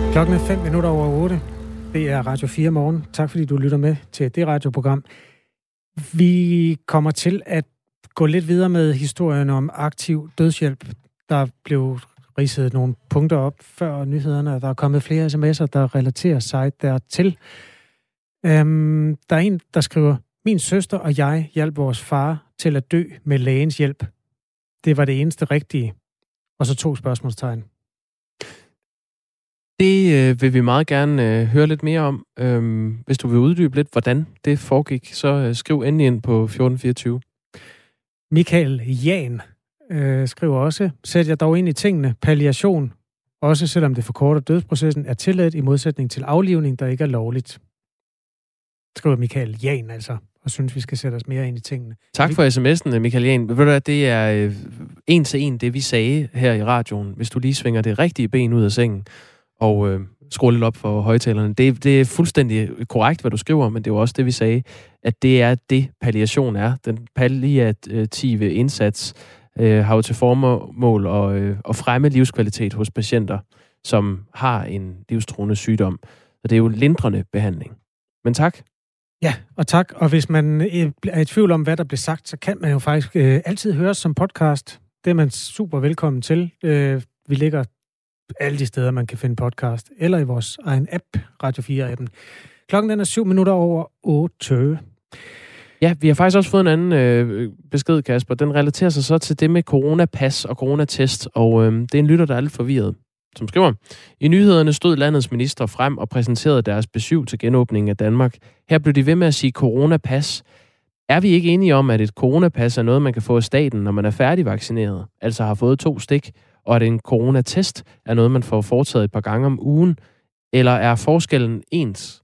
Klokken er 8:05. Det er Radio 4 morgen. Tak fordi du lytter med til det radioprogram. Vi kommer til at gå lidt videre med historien om aktiv dødshjælp. Der blev ridset nogle punkter op før nyhederne, og der er kommet flere sms'er, der relaterer sig dertil. Der er en, der skriver: Min søster og jeg hjalp vores far til at dø med lægens hjælp. Det var det eneste rigtige. Og så 2 spørgsmålstegn. Det vil vi meget gerne høre lidt mere om. Hvis du vil uddybe lidt, hvordan det foregik, så skriv endelig ind på 1424. Michael Jan skriver også: Sæt jer dog ind i tingene. Palliation, også selvom det forkorter dødsprocessen, er tilladt i modsætning til aflivning, der ikke er lovligt. Skriver Michael Jan altså, og synes, vi skal sætte os mere ind i tingene. Tak for sms'en, Michael Jan. Ved du hvad, det er en til en det, vi sagde her i radioen. Hvis du lige svinger det rigtige ben ud af sengen og skruer lidt op for højtalerne. Det er fuldstændig korrekt, hvad du skriver, men det er jo også det, vi sagde, at det er det, palliation er. Den palliative indsats har jo til formål at fremme livskvalitet hos patienter, som har en livstruende sygdom. Så det er jo lindrende behandling. Men tak. Ja, og tak. Og hvis man er i tvivl om, hvad der bliver sagt, så kan man jo faktisk altid høre som podcast. Det er man super velkommen til. Vi ligger alle de steder, man kan finde podcast, eller i vores egen app, Radio 4-appen. Klokken den er 7:08. Ja, vi har faktisk også fået en anden besked, Kasper. Den relaterer sig så til det med coronapas og coronatest, og det er en lytter, der er lidt forvirret, som skriver: I nyhederne stod landets minister frem og præsenterede deres besøg til genåbningen af Danmark. Her blev de ved med at sige coronapas. Er vi ikke enige om, at et coronapas er noget, man kan få af staten, når man er færdigvaccineret, altså har fået 2 stik, og at en coronatest er noget, man får foretaget et par gange om ugen? Eller er forskellen ens?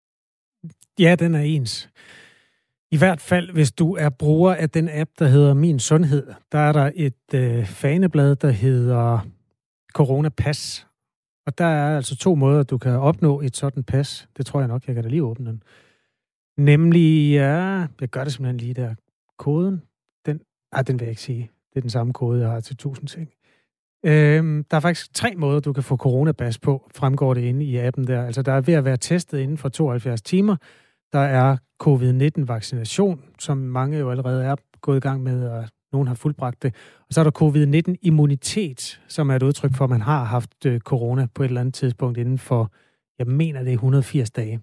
Ja, den er ens. I hvert fald, hvis du er bruger af den app, der hedder Min Sundhed, der er der et faneblad, der hedder Coronapas. Og der er altså 2 måder, du kan opnå et sådan pas. Det tror jeg nok, jeg kan da lige åbne den. Nemlig, ja, jeg gør det simpelthen lige der. Koden, den vil jeg ikke sige. Det er den samme kode, jeg har til 1000 ting. Der er faktisk 3 måder, du kan få coronapas på, fremgår det inde i appen der. Altså, der er ved at være testet inden for 72 timer. Der er covid-19-vaccination, som mange jo allerede er gået i gang med, og nogen har fuldbragt det. Og så er der covid-19-immunitet, som er et udtryk for, at man har haft corona på et eller andet tidspunkt inden for, jeg mener det er 180 dage.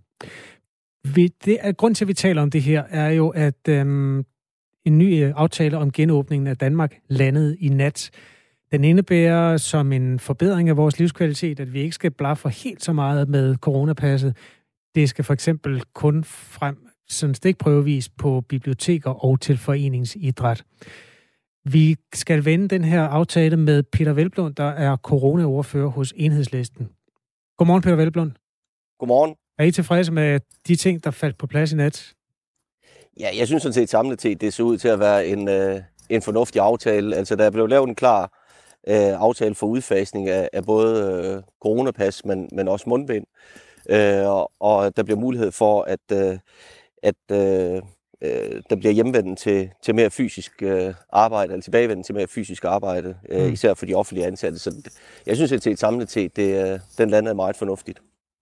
Grund til, at vi taler om det her, er jo, at en ny aftale om genåbningen af Danmark landede i nat. Den indebærer som en forbedring af vores livskvalitet, at vi ikke skal blaffe helt så meget med coronapasset. Det skal for eksempel kun frem sådan stikprøvevis på biblioteker og til foreningsidræt. Vi skal vende den her aftale med Peter Hvelplund, der er coronaordfører hos Enhedslisten. Godmorgen, Peter Hvelplund. Godmorgen. Er I tilfredse med de ting, der faldt på plads i nat? Ja, jeg synes sådan set samlet set, det ser ud til at være en fornuftig aftale. Altså, der er blevet lavet en klar aftale for udfasning af både coronapas, men også mundbind. Og der bliver mulighed for, at der bliver hjemvendt til mere fysisk arbejde, eller tilbagevendt til mere fysisk arbejde, især for de offentlige ansatte. Så jeg synes at set samlet set, den landede meget fornuftigt.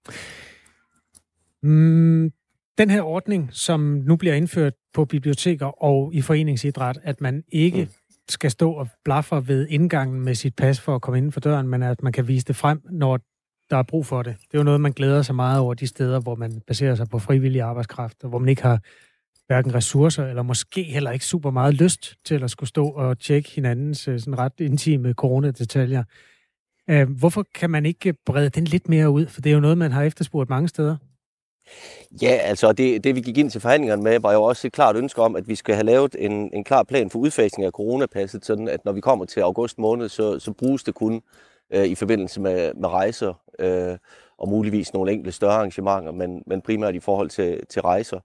Den her ordning, som nu bliver indført på biblioteker og i foreningsidræt, at man ikke skal stå og blaffe ved indgangen med sit pas for at komme inden for døren, men at man kan vise det frem, når der er brug for det. Det er jo noget, man glæder sig meget over de steder, hvor man baserer sig på frivillig arbejdskraft, og hvor man ikke har hverken ressourcer, eller måske heller ikke super meget lyst til at skulle stå og tjekke hinandens sådan ret intime coronadetaljer. Hvorfor kan man ikke brede den lidt mere ud? For det er jo noget, man har efterspurgt mange steder. Ja, altså det vi gik ind til forhandlingerne med, var jo også et klart ønske om, at vi skal have lavet en klar plan for udfasning af coronapasset, sådan at når vi kommer til august måned, så bruges det kun i forbindelse med rejser og muligvis nogle enkelte større arrangementer, men primært i forhold til rejser.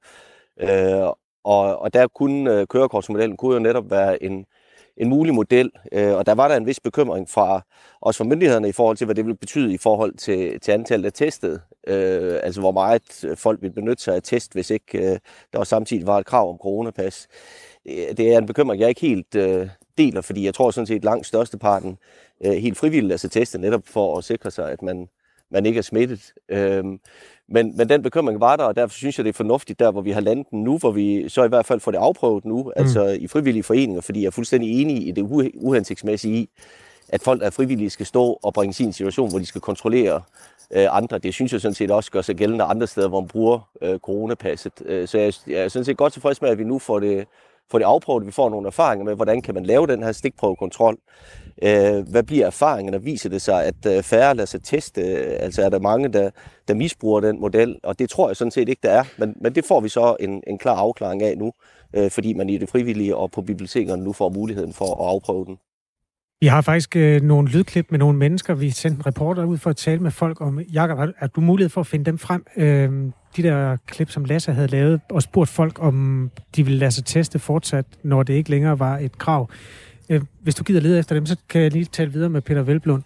Og der kunne kørekortsmodellen kunne jo netop være en mulig model, og der var der en vis bekymring fra myndighederne i forhold til, hvad det ville betyde i forhold til antallet af testede. Altså hvor meget folk vil benytte sig af test, hvis ikke der samtidig var et krav om coronapas. Det er en bekymring, jeg ikke helt deler, fordi jeg tror sådan set langt størsteparten helt frivilligt altså teste netop for at sikre sig, at man man ikke er smittet. Men den bekymring var der, og derfor synes jeg, det er fornuftigt der, hvor vi har landet den nu, hvor vi så i hvert fald får det afprøvet nu, altså i frivillige foreninger, fordi jeg er fuldstændig enig i det uhensigtsmæssige i, at folk, der er frivillige, skal stå og bringe sin situation, hvor de skal kontrollere andre. Det synes jeg sådan set også gør sig gældende andre steder, hvor man bruger coronapasset. Så jeg er sådan set godt tilfreds med, at vi nu får det afprøvet. Vi får nogle erfaringer med, hvordan kan man lave den her stikprøvekontrol. Hvad bliver erfaringerne? Viser det sig, at færre lader sig teste? Altså er der mange, der misbruger den model? Og det tror jeg sådan set ikke, der er. Men det får vi så en klar afklaring af nu, fordi man i det frivillige og på bibliotekerne nu får muligheden for at afprøve den. Vi har faktisk nogle lydklip med nogle mennesker. Vi sendte en reporter ud for at tale med folk om. Jakob, har du mulighed for at finde dem frem? De der klip, som Lasse havde lavet, og spurgt folk, om de ville lade sig teste fortsat, når det ikke længere var et krav. Hvis du gider lede efter dem, så kan jeg lige tale videre med Peter Hvelplund.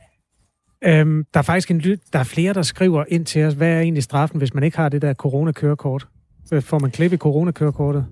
Der er faktisk der er flere, der skriver ind til os, hvad er egentlig straffen, hvis man ikke har det der coronakørekort? Får man klip i coronakørekortet?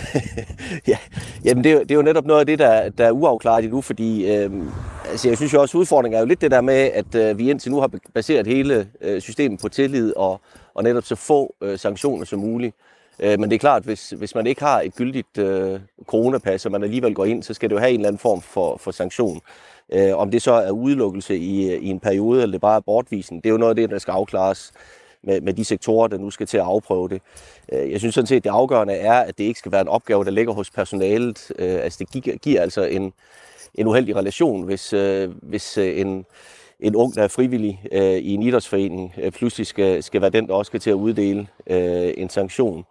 Ja, jamen det er jo netop noget af det, der er uafklaret endnu, fordi altså jeg synes jo også, udfordringen er jo lidt det der med, at vi indtil nu har baseret hele systemet på tillid og netop så få sanktioner som muligt. Men det er klart, hvis man ikke har et gyldigt coronapas, og man alligevel går ind, så skal det jo have en eller anden form for sanktion. Om det så er udelukkelse i en periode, eller det bare er bortvisning, det er jo noget af det, der skal afklares med de sektorer, der nu skal til at afprøve det. Jeg synes sådan set, det afgørende er, at det ikke skal være en opgave, der ligger hos personalet. Altså det giver altså en uheldig relation, hvis en ung, der er frivillig i en idrætsforening, pludselig skal være den, der også skal til at uddele en sanktion.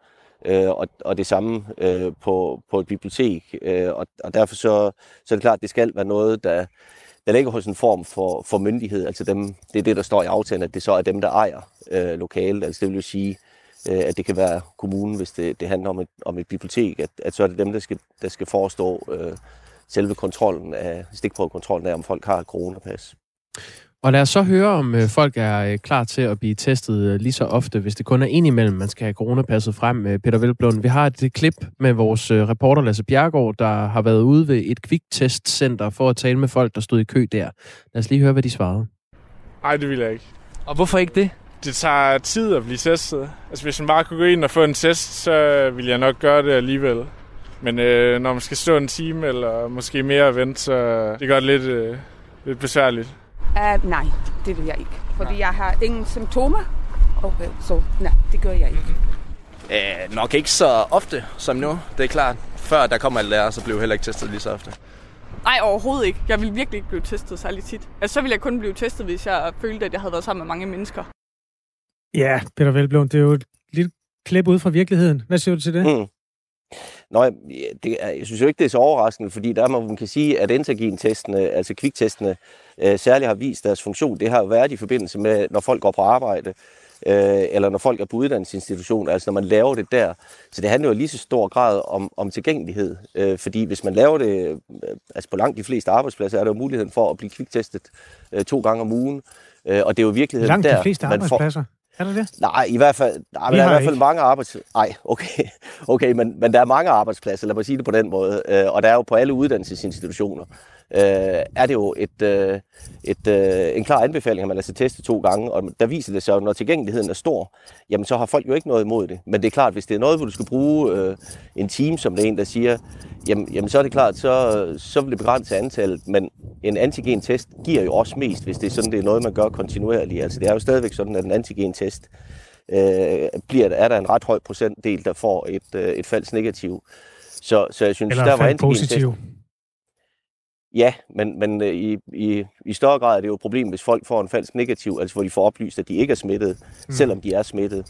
Og det samme på et bibliotek. Og derfor så er det klart, at det skal være noget, der ligger hos en form for myndighed. Altså det er det, der står i aftalen, at det så er dem, der ejer lokalet. Altså det vil jo sige, at det kan være kommunen, hvis det handler om et bibliotek, at så er det dem, der skal forestå selve kontrollen stikprøvekontrollen af, om folk har et coronapas. Og lad os så høre, om folk er klar til at blive testet lige så ofte, hvis det kun er indimellem, man skal have coronapasset frem. Peter Hvelplund, vi har et klip med vores reporter Lasse Bjerregaard, der har været ude ved et kviktestcenter for at tale med folk, der stod i kø der. Lad os lige høre, hvad de svarede. Nej, det vil jeg ikke. Og hvorfor ikke det? Det tager tid at blive testet. Altså hvis man bare kunne gå ind og få en test, så ville jeg nok gøre det alligevel. Men når man skal stå en time eller måske mere og vente, så det gør det lidt besværligt. Nej, det vil jeg ikke. Fordi jeg har ingen symptomer, så nej, det gør jeg ikke. Nok ikke så ofte som nu, det er klart. Før der kommer alle lærer, så blev jeg heller ikke testet lige så ofte. Nej, overhovedet ikke. Jeg vil virkelig ikke blive testet særlig tit. Altså, så ville jeg kun blive testet, hvis jeg følte, at jeg havde været sammen med mange mennesker. Ja, Peter Hvelplund, det er jo et lille klip ud fra virkeligheden. Hvad siger du til det? Nå, jeg synes jo ikke, det er så overraskende, fordi der man kan sige, at antigen-testene, altså kviktestene, særligt har vist deres funktion. Det har jo været i forbindelse med, når folk går på arbejde, eller når folk er på uddannelsesinstitutioner, altså når man laver det der. Så det handler jo lige så stor grad om tilgængelighed, fordi hvis man laver det, altså på langt de fleste arbejdspladser, er der jo muligheden for at blive kviktestet 2 gange om ugen, og det er jo virkeligheden langt der. De fleste arbejdspladser? Er det det? Nej, i hvert fald, der er i hvert fald mange okay, men der er mange arbejdspladser, lad mig sige det på den måde, og der er jo på alle uddannelsesinstitutioner, er det jo en klar anbefaling, at man lader sig teste 2 gange, og der viser det sig, at når tilgængeligheden er stor, jamen så har folk jo ikke noget imod det. Men det er klart, hvis det er noget, hvor du skal bruge en time, som det er en, der siger, jamen så er det klart, så vil det begrænse antallet, men en antigen-test giver jo også mest, hvis det er sådan, det er noget, man gør kontinuerligt. Altså det er jo stadigvæk sådan, at en antigen-test er der en ret høj procentdel, der får et falsk negativ. Så jeg synes, eller der var positiv. Ja, men i større grad er det jo et problem, hvis folk får en falsk negativ, altså hvor de får oplyst, at de ikke er smittet, selvom de er smittet.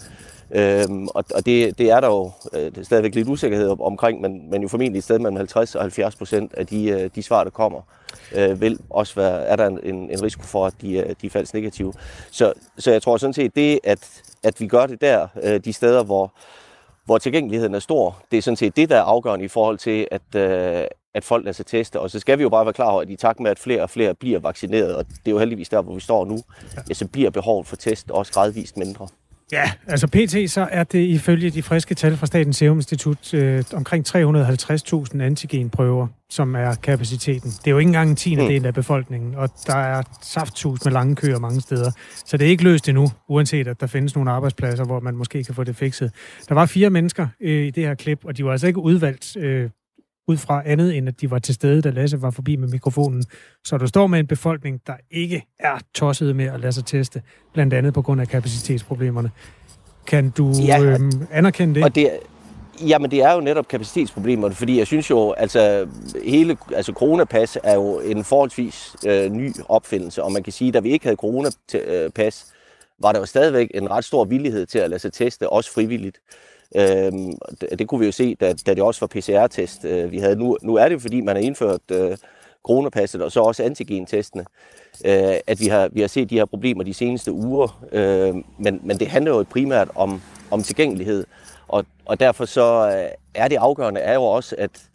Og det er der jo stadigvæk lidt usikkerhed omkring, men jo formentlig et sted mellem 50% og 70% af de svar, der kommer, vil også er der en risiko for, at de er falsk negative. Så jeg tror sådan set, det at vi gør det der, de steder, hvor tilgængeligheden er stor, det er sådan set det, der er afgørende i forhold til, at folk lader sig teste. Og så skal vi jo bare være klar over, at i takt med, at flere og flere bliver vaccineret, og det er jo heldigvis der, hvor vi står nu, så bliver behovet for test også gradvist mindre. Ja, altså PT, så er det ifølge de friske tal fra Statens Serum Institut omkring 350.000 antigenprøver, som er kapaciteten. Det er jo ikke engang en tiendedel af befolkningen, og der er saftsus med lange køer mange steder. Så det er ikke løst endnu, uanset at der findes nogle arbejdspladser, hvor man måske kan få det fikset. Der var 4 mennesker i det her klip, og de var altså ikke udvalgt ud fra andet, end at de var til stede, da Lasse var forbi med mikrofonen. Så du står med en befolkning, der ikke er tosset med at lade sig teste, blandt andet på grund af kapacitetsproblemerne. Kan du anerkende det? Og jamen, det er jo netop kapacitetsproblemerne, fordi jeg synes jo, altså coronapas er jo en forholdsvis ny opfindelse, og man kan sige, at da vi ikke havde coronapas, var der jo stadigvæk en ret stor villighed til at lade sig teste, også frivilligt. Det kunne vi jo se, da det også var PCR-test, vi havde. Nu er det jo, fordi man har indført coronapasset og så også antigentestene, at vi har set de her problemer de seneste uger. Men det handler jo primært om tilgængelighed, og derfor så er det afgørende er jo også,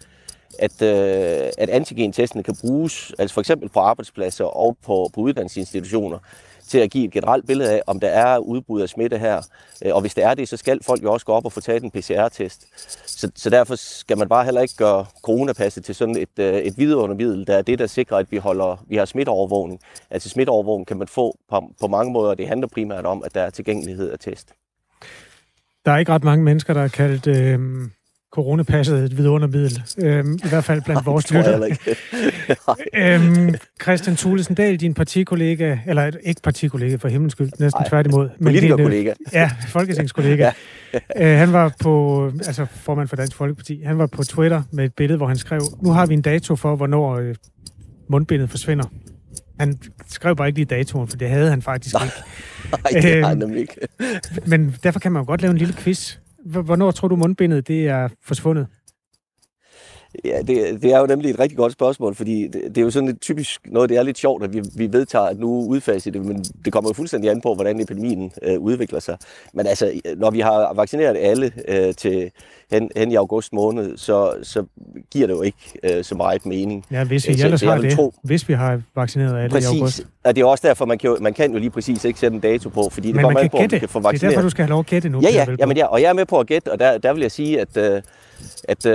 at antigentestene kan bruges, altså for eksempel på arbejdspladser og på uddannelsesinstitutioner, til at give et generelt billede af, om der er udbrud af smitte her. Og hvis det er det, så skal folk jo også gå op og få taget en PCR-test. Så derfor skal man bare heller ikke gøre coronapasset til sådan et vidundermiddel, der er det, der sikrer, at vi har smitteovervågning. Altså smitteovervågning kan man få på mange måder, det handler primært om, at der er tilgængelighed af test. Der er ikke ret mange mennesker, der har kaldt coronapasset et vidundermiddel. I hvert fald blandt vores lyttere. Christian Thulesen Dahl, din partikollega, eller ikke partikollega for himlens skyld, næsten tværtimod. Politikerkollega. Ja, folketingskollega. Han var formand for Dansk Folkeparti. Han var på Twitter med et billede, hvor han skrev, nu har vi en dato for, hvornår mundbindet forsvinder. Han skrev bare ikke lige datoen, for det havde han faktisk ikke. Nej, det har han nemlig ikke. Men derfor kan man jo godt lave en lille quiz. Hvornår tror du, mundbindet det er forsvundet? Ja, det er jo nemlig et rigtig godt spørgsmål, fordi det er jo sådan et typisk noget, det er lidt sjovt, at vi vedtager, at nu udfaser det, men det kommer jo fuldstændig an på, hvordan epidemien udvikler sig. Men altså, når vi har vaccineret alle til hen i august måned, så giver det jo ikke så meget mening. Ja, hvis vi ellers har det, hvis vi har vaccineret alle i august. Og det er også derfor, man kan jo lige præcis ikke sætte en dato på, fordi det kommer an på, om vi kan få vaccineret. Det er derfor, du skal have lov at gætte nu. Ja, og jeg er med på at gætte, og der vil jeg sige, at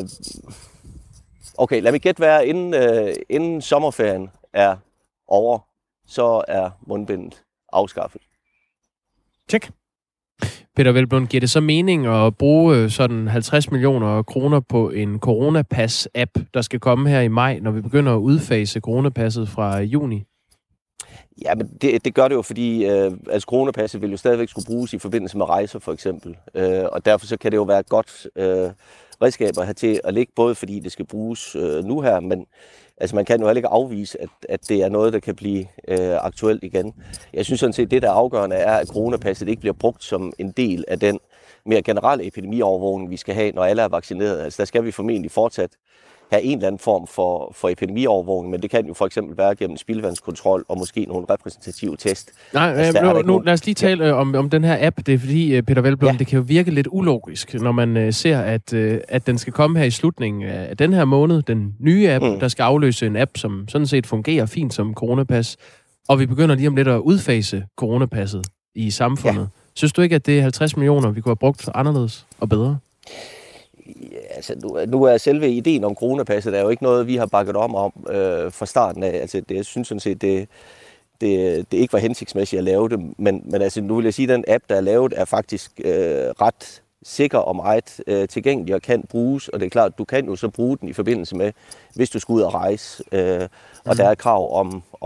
okay, lad mig gætte være, inden sommerferien er over, så er mundbindet afskaffet. Tjek. Peter Hvelplund, giver det så mening at bruge sådan 50 millioner kroner på en coronapas-app, der skal komme her i maj, når vi begynder at udfase coronapasset fra juni? Ja, men det gør det jo, fordi coronapasset vil jo stadigvæk skulle bruges i forbindelse med rejser, for eksempel. Og derfor så kan det jo være et godt redskaber her til at ligge, både fordi det skal bruges nu her, men altså man kan jo heller ikke afvise, at det er noget, der kan blive aktuelt igen. Jeg synes sådan set, det der er afgørende er, at coronapasset ikke bliver brugt som en del af den mere generelle epidemiovervågning, vi skal have, når alle er vaccineret. Altså der skal vi formentlig fortsat have en eller anden form for epidemiovervågning, men det kan jo for eksempel være gennem spildevandskontrol og måske nogle repræsentative test. Nej, lad os lige tale om den her app. Det er fordi, Peter Hvelplund, det kan jo virke lidt ulogisk, når man ser, at den skal komme her i slutningen af den her måned, den nye app, der skal afløse en app, som sådan set fungerer fint som coronapas, og vi begynder lige om lidt at udfase coronapasset i samfundet. Ja. Synes du ikke, at det er 50 millioner, vi kunne have brugt anderledes og bedre? Ja, altså, nu er selve ideen om coronapasset, der er jo ikke noget, vi har bakket om fra starten af. Altså, jeg synes sådan set, det ikke var hensigtsmæssigt at lave det, men altså, nu vil jeg sige, at den app, der er lavet, er faktisk ret sikker og meget tilgængelig og kan bruges, og det er klart, at du kan jo så bruge den i forbindelse med, hvis du skal ud og rejse, og der er krav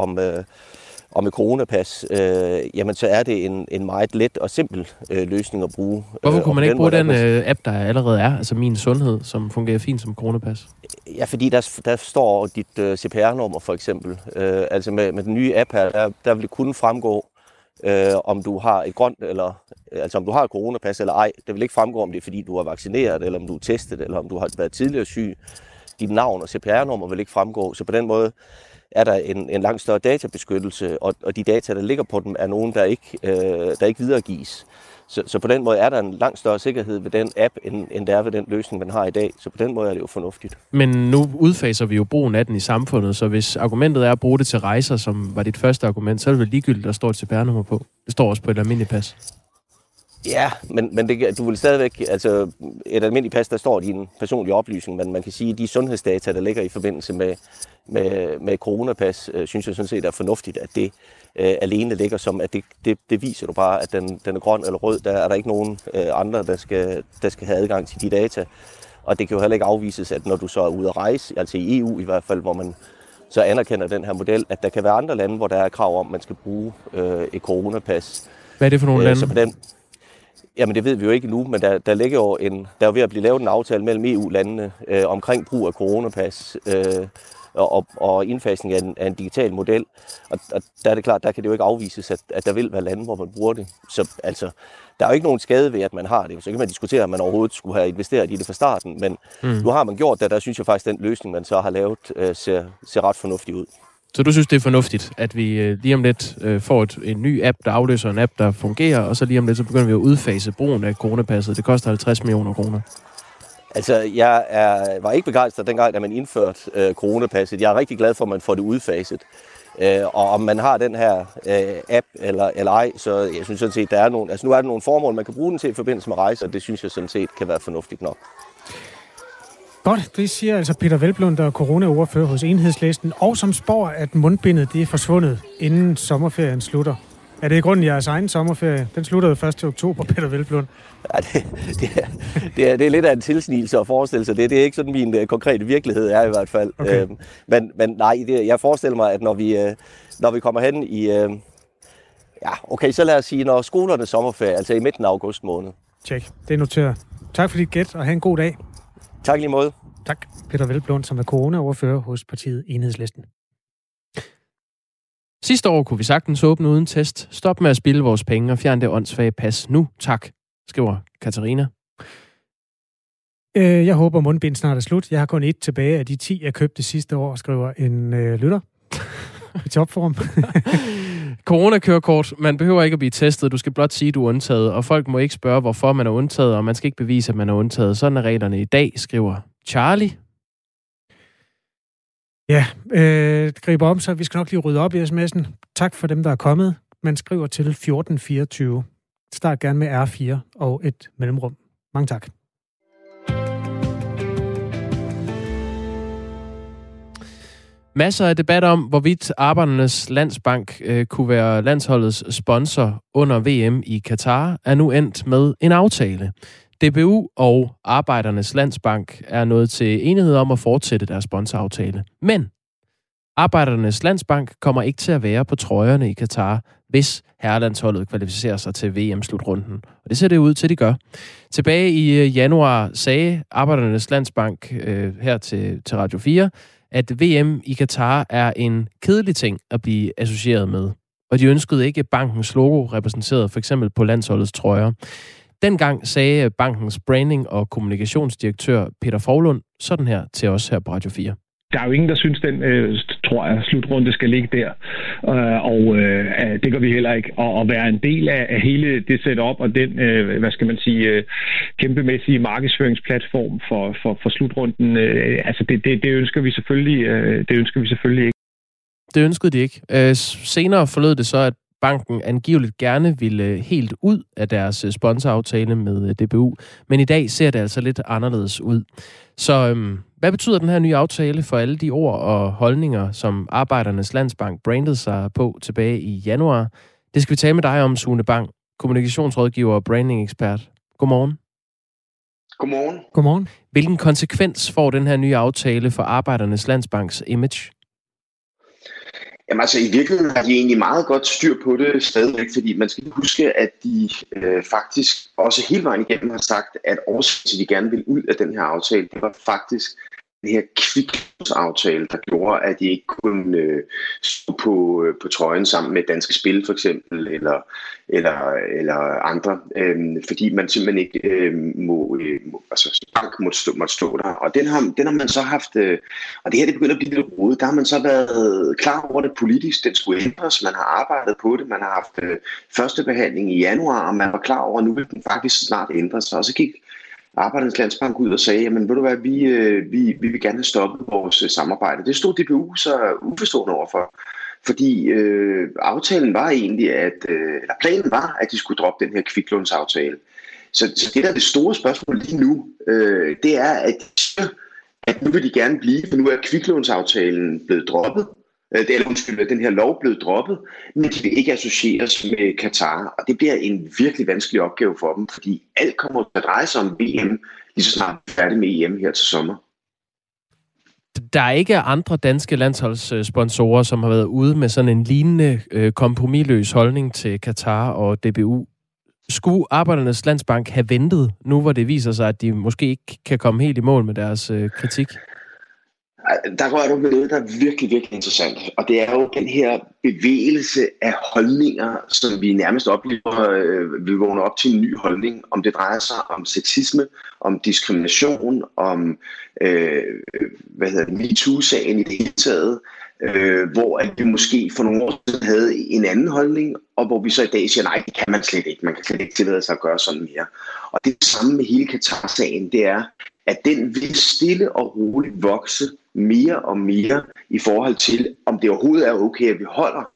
om et coronapas, jamen så er det en meget let og simpel løsning at bruge. Hvorfor kunne man ikke bruge den app, der allerede er, altså Min Sundhed, som fungerer fint som coronapas? Ja, fordi der står dit CPR-nummer for eksempel. Altså med den nye app her, der vil det kunne fremgå, om du har et grønt, eller altså om du har et coronapas eller ej. Det vil ikke fremgå, om det er fordi du er vaccineret, eller om du er testet, eller om du har været tidligere syg. Dit navn og CPR-nummer vil ikke fremgå, så på den måde er der en langt større databeskyttelse, og de data, der ligger på dem, er nogen, der ikke videregives. Så på den måde er der en langt større sikkerhed ved den app, end der er ved den løsning, man har i dag. Så på den måde er det jo fornuftigt. Men nu udfaser vi jo brugen af den i samfundet, så hvis argumentet er at bruge det til rejser, som var dit første argument, så er det vel ligegyldigt, der står et CPR-nummer på. Det står også på et almindeligt pas. Ja, men du vil stadigvæk, altså et almindeligt pas, der står din personlige oplysning, men man kan sige, at de sundhedsdata, der ligger i forbindelse med coronapas, synes jeg sådan set er fornuftigt, at det alene ligger som, at det viser du bare, at den er grøn eller rød. Der er der ikke nogen andre, der skal have adgang til de data. Og det kan jo heller ikke afvises, at når du så er ude at rejse, altså i EU i hvert fald, hvor man så anerkender den her model, at der kan være andre lande, hvor der er krav om, at man skal bruge et coronapas. Hvad er det for nogle lande? Så på den, jamen det ved vi jo ikke nu, men der ligger jo der er ved at blive lavet en aftale mellem EU-landene omkring brug af coronapas og indfasning af en digital model. Og der er det klart, der kan det jo ikke afvises, at der vil være lande, hvor man bruger det. Så altså, der er jo ikke nogen skade ved, at man har det. Så kan man diskutere, om man overhovedet skulle have investeret i det fra starten. Men nu har man gjort det, der synes jeg faktisk, den løsning, man så har lavet, ser ret fornuftig ud. Så du synes, det er fornuftigt, at vi lige om lidt får en ny app, der afløser en app, der fungerer, og så lige om lidt, så begynder vi at udfase brugen af coronapasset. Det koster 50 millioner kroner. Altså, var ikke begejstret dengang, da man indførte coronapasset. Jeg er rigtig glad for, at man får det udfaset. Og om man har den her app eller ej, så jeg synes sådan set, der er nogle, altså nu er der nogle formål, man kan bruge den til i forbindelse med rejser, og det synes jeg sådan set kan være fornuftigt nok. Godt, det siger altså Peder Hvelplund, der er coronaordfører hos Enhedslisten, og som spår, at mundbindet det er forsvundet, inden sommerferien slutter. Er det i grunden jeres egen sommerferie? Den slutter jo 1. oktober, Peder Hvelplund. Ja, det er lidt af en tilsnigelse at forestille sig det. Det er ikke sådan, min konkrete virkelighed er i hvert fald. Okay. Men nej, jeg forestiller mig, at når vi kommer hen i... okay, så lad os sige, når skolernes sommerferie, altså i midten af august måned. Tjek, det er noteret. Tak for dit gæt, og have en god dag. Tak lige måde. Tak, Peder Hvelplund, som er coronaordfører hos partiet Enhedslisten. Sidste år kunne vi sagtens åbne uden test. Stop med at spilde vores penge og fjerne det åndssvage pas nu. Tak, skriver Katarina. Jeg håber, mundbind snart er slut. Jeg har kun 1 tilbage af de 10, jeg købte sidste år, skriver en lytter i topform. Coronakørekort. Man behøver ikke at blive testet. Du skal blot sige, at du er undtaget. Og folk må ikke spørge, hvorfor man er undtaget, og man skal ikke bevise, at man er undtaget. Sådan er reglerne i dag, skriver Charlie. Ja, det griber om, så vi skal nok lige rydde op i sms'en. Tak for dem, der er kommet. Man skriver til 1424. Start gerne med R4 og et mellemrum. Mange tak. Masser af debat om, hvorvidt Arbejdernes Landsbank kunne være landsholdets sponsor under VM i Katar, er nu endt med en aftale. DBU og Arbejdernes Landsbank er nået til enighed om at fortsætte deres sponsoraftale. Men Arbejdernes Landsbank kommer ikke til at være på trøjerne i Katar, hvis herrelandsholdet kvalificerer sig til VM-slutrunden. Og det ser det ud til, de gør. Tilbage i januar sagde Arbejdernes Landsbank her til Radio 4, at VM i Katar er en kedelig ting at blive associeret med. Og de ønskede ikke bankens logo repræsenteret for eksempel på landsholdets trøjer. Dengang sagde bankens branding- og kommunikationsdirektør Peter Foglund sådan her til os her på Radio 4. Der er jo ingen, der synes, den slutrunde skal ligge der, og det gør vi heller ikke. Og at være en del af hele det setup og den, kæmpemæssige markedsføringsplatform for slutrunden, det ønsker vi selvfølgelig. Det ønsker vi selvfølgelig ikke. Det ønskede de ikke. Senere forlød det så, at banken angiveligt gerne ville helt ud af deres sponsoraftale med DBU, men i dag ser det altså lidt anderledes ud. Så hvad betyder den her nye aftale for alle de ord og holdninger, som Arbejdernes Landsbank brandede sig på tilbage i januar? Det skal vi tale med dig om, Sune Bang, kommunikationsrådgiver og branding-ekspert. Godmorgen. Godmorgen. Godmorgen. Hvilken konsekvens får den her nye aftale for Arbejdernes Landsbanks image? Jamen altså, i virkeligheden har de egentlig meget godt styr på det stadigvæk, fordi man skal huske, at de faktisk også hele vejen igennem har sagt, at årsagen til, at de gerne vil ud af den her aftale, det var faktisk den her kviklånsaftale, der gjorde, at de ikke kunne stå på trøjen sammen med Danske Spil for eksempel, eller andre, fordi man simpelthen ikke bank måtte stå der. Og den har man så haft, og det her det begynder at blive lidt rodet, der har man så været klar over det politisk, den skulle ændres, man har arbejdet på det, man har haft første behandling i januar, og man var klar over, at nu vil den faktisk snart ændres, og så gik Arbejdernes Landsbank ud og sagde, jamen ved du hvad, vi vil gerne have stoppet vores samarbejde. Det stod DBU så uforstående overfor. Fordi aftalen var egentlig, eller planen var, at de skulle droppe den her kviklånsaftale. Så det, der er det store spørgsmål lige nu, det er, at nu vil de gerne blive, for nu er kviklånsaftalen blevet droppet. Den her lov blevet droppet, men de vil ikke associeres med Katar. Og det bliver en virkelig vanskelig opgave for dem, fordi alt kommer til at dreje sig om VM, lige så snart vi er færdige med EM her til sommer. Der er ikke andre danske landsholdssponsorer, som har været ude med sådan en lignende kompromisløs holdning til Katar og DBU. Skulle Arbejdernes Landsbank have ventet, nu hvor det viser sig, at de måske ikke kan komme helt i mål med deres kritik? Der går du med noget, der er virkelig, virkelig interessant. Og det er jo den her bevægelse af holdninger, som vi nærmest oplever. Vi vågner op til en ny holdning, om det drejer sig om sexisme, om diskrimination, om MeToo-sagen i det hele taget. Hvor at vi måske for nogle år siden havde en anden holdning, og hvor vi så i dag siger, nej, det kan man slet ikke. Man kan slet ikke tillade sig at gøre sådan mere. Og det samme med hele Katar-sagen, det er, at den vil stille og roligt vokse mere og mere i forhold til, om det overhovedet er okay, at vi holder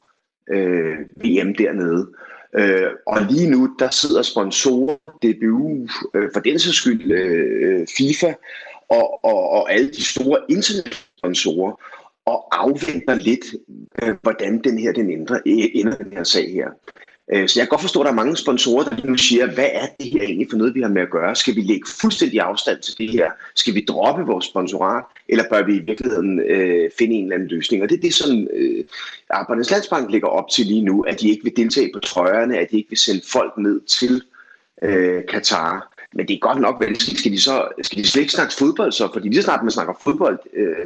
VM dernede. Og lige nu, der sidder sponsorer, DBU, for den sags skyld FIFA og alle de store internationale sponsorer, og afventer lidt, hvordan den ender den her sag her. Så jeg kan godt forstå, at der er mange sponsorer, der nu siger, hvad er det her egentlig for noget, vi har med at gøre? Skal vi lægge fuldstændig afstand til det her? Skal vi droppe vores sponsorat? Eller bør vi i virkeligheden finde en eller anden løsning? Og det er det, som Arbejdernes Landsbank lægger op til lige nu, at de ikke vil deltage på trøjerne, at de ikke vil sende folk ned til Katar. Men det er godt nok, skal de slet ikke snakke fodbold så? Fordi lige så snart man snakker fodbold,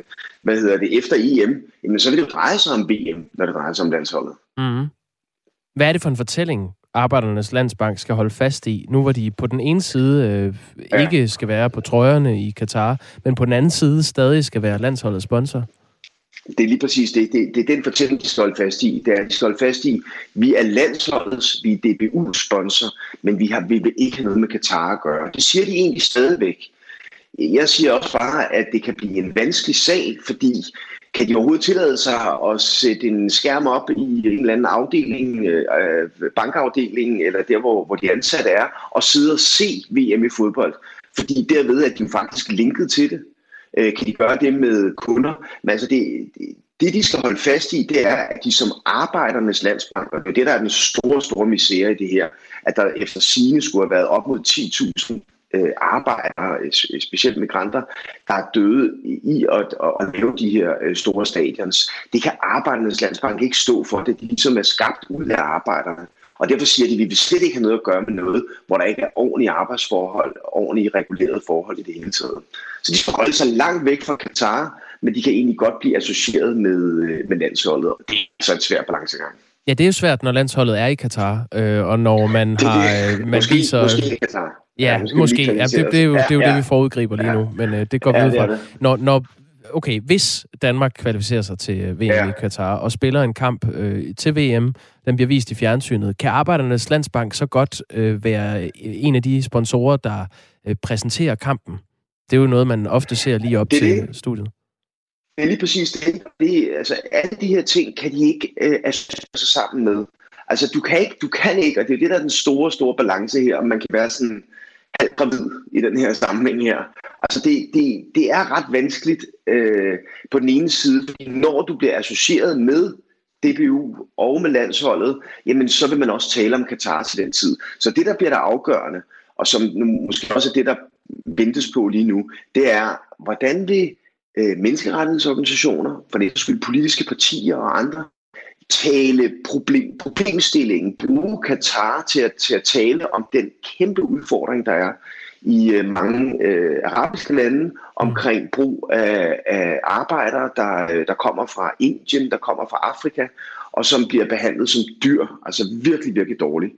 efter EM, jamen, så vil det jo dreje sig om VM, når det drejer sig om landsholdet. Mm. Hvad er det for en fortælling, Arbejdernes Landsbank skal holde fast i, nu hvor de på den ene side ikke skal være på trøjerne i Katar, men på den anden side stadig skal være landsholdets sponsor? Det er lige præcis det. Det er den fortælling, de skal holde fast i. Det er, de skal holde fast i, vi er landsholdets, vi er DBU-sponsor, men vi vil ikke have noget med Katar at gøre. Det siger de egentlig stadigvæk. Jeg siger også bare, at det kan blive en vanskelig sag, fordi kan de overhovedet tillade sig at sætte en skærm op i en eller anden afdeling, bankafdeling, eller der, hvor de ansatte er, og sidde og se VM i fodbold? Fordi derved er de faktisk linket til det. Kan de gøre det med kunder? Men altså det, de skal holde fast i, det er, at de som Arbejdernes Landsbank, og det der er den store misære i det her, at der efter sigende skulle have været op mod 10.000 arbejdere, specielt migranter, der er døde i at lave de her store stadions. Det kan Arbejdernes Landsbank ikke stå for. Det er ligesom er skabt ud af arbejderne. Og derfor siger de, at vi vil slet ikke have noget at gøre med noget, hvor der ikke er ordentlige arbejdsforhold, ordentlige regulerede forhold i det hele taget. Så de skal holde sig langt væk fra Katar, men de kan egentlig godt blive associeret med landsholdet. Og det er så en svær balancegang. Ja, det er jo svært, når landsholdet er i Katar, og når man har... Måske i Katar. Ja, måske. Ja, det er jo det, vi forudgriber lige nu, men det går videre fra. Okay, hvis Danmark kvalificerer sig til VM i Katar og spiller en kamp til VM, den bliver vist i fjernsynet, kan Arbejdernes Landsbank så godt være en af de sponsorer, der præsenterer kampen? Det er jo noget, man ofte ser lige op til studiet. Det er lige præcis det. Altså, alle de her ting kan de ikke associere sig sammen med. Altså, du kan ikke, og det er det, der er den store balance her, om man kan være sådan halvt gravid i den her sammenhæng her. Altså, det er ret vanskeligt på den ene side, fordi når du bliver associeret med DBU og med landsholdet, jamen så vil man også tale om Katar til den tid. Så det, der bliver der afgørende, og som måske også er det, der ventes på lige nu, det er, hvordan vil menneskerettighedsorganisationer, for det skyld politiske partier og andre, tale problemstillingen, bruge Katar til at tale om den kæmpe udfordring, der er i mange arabiske lande omkring brug af arbejdere, der kommer fra Indien, der kommer fra Afrika, og som bliver behandlet som dyr, altså virkelig, virkelig dårligt.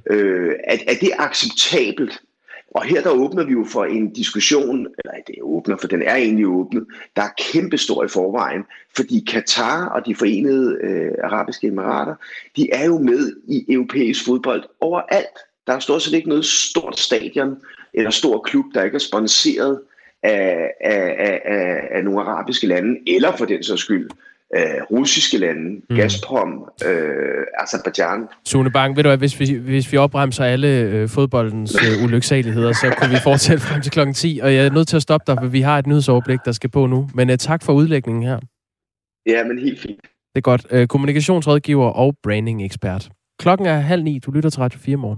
Er det acceptabelt? Og her der åbner vi jo for en diskussion, eller det åbner, for den er egentlig åbnet, der er kæmpestor i forvejen, fordi Katar og de forenede arabiske emirater, de er jo med i europæisk fodbold overalt. Der er stort set ikke noget stort stadion eller stor klub, der ikke er sponsoreret af nogle arabiske lande, eller for den sags skyld russiske lande, Gazprom, Azerbaijan. Sune Bang, ved du hvad, hvis vi opbremser alle fodboldens ulyksaligheder, så kan vi fortsætte frem til klokken 10, og jeg er nødt til at stoppe dig, for vi har et nyhedsoverblik, der skal på nu. Men tak for udlægningen her. Ja, men helt fint. Det er godt. Kommunikationsrådgiver og branding-ekspert. Klokken er 8:30. Du lytter til Radio 4 morgen.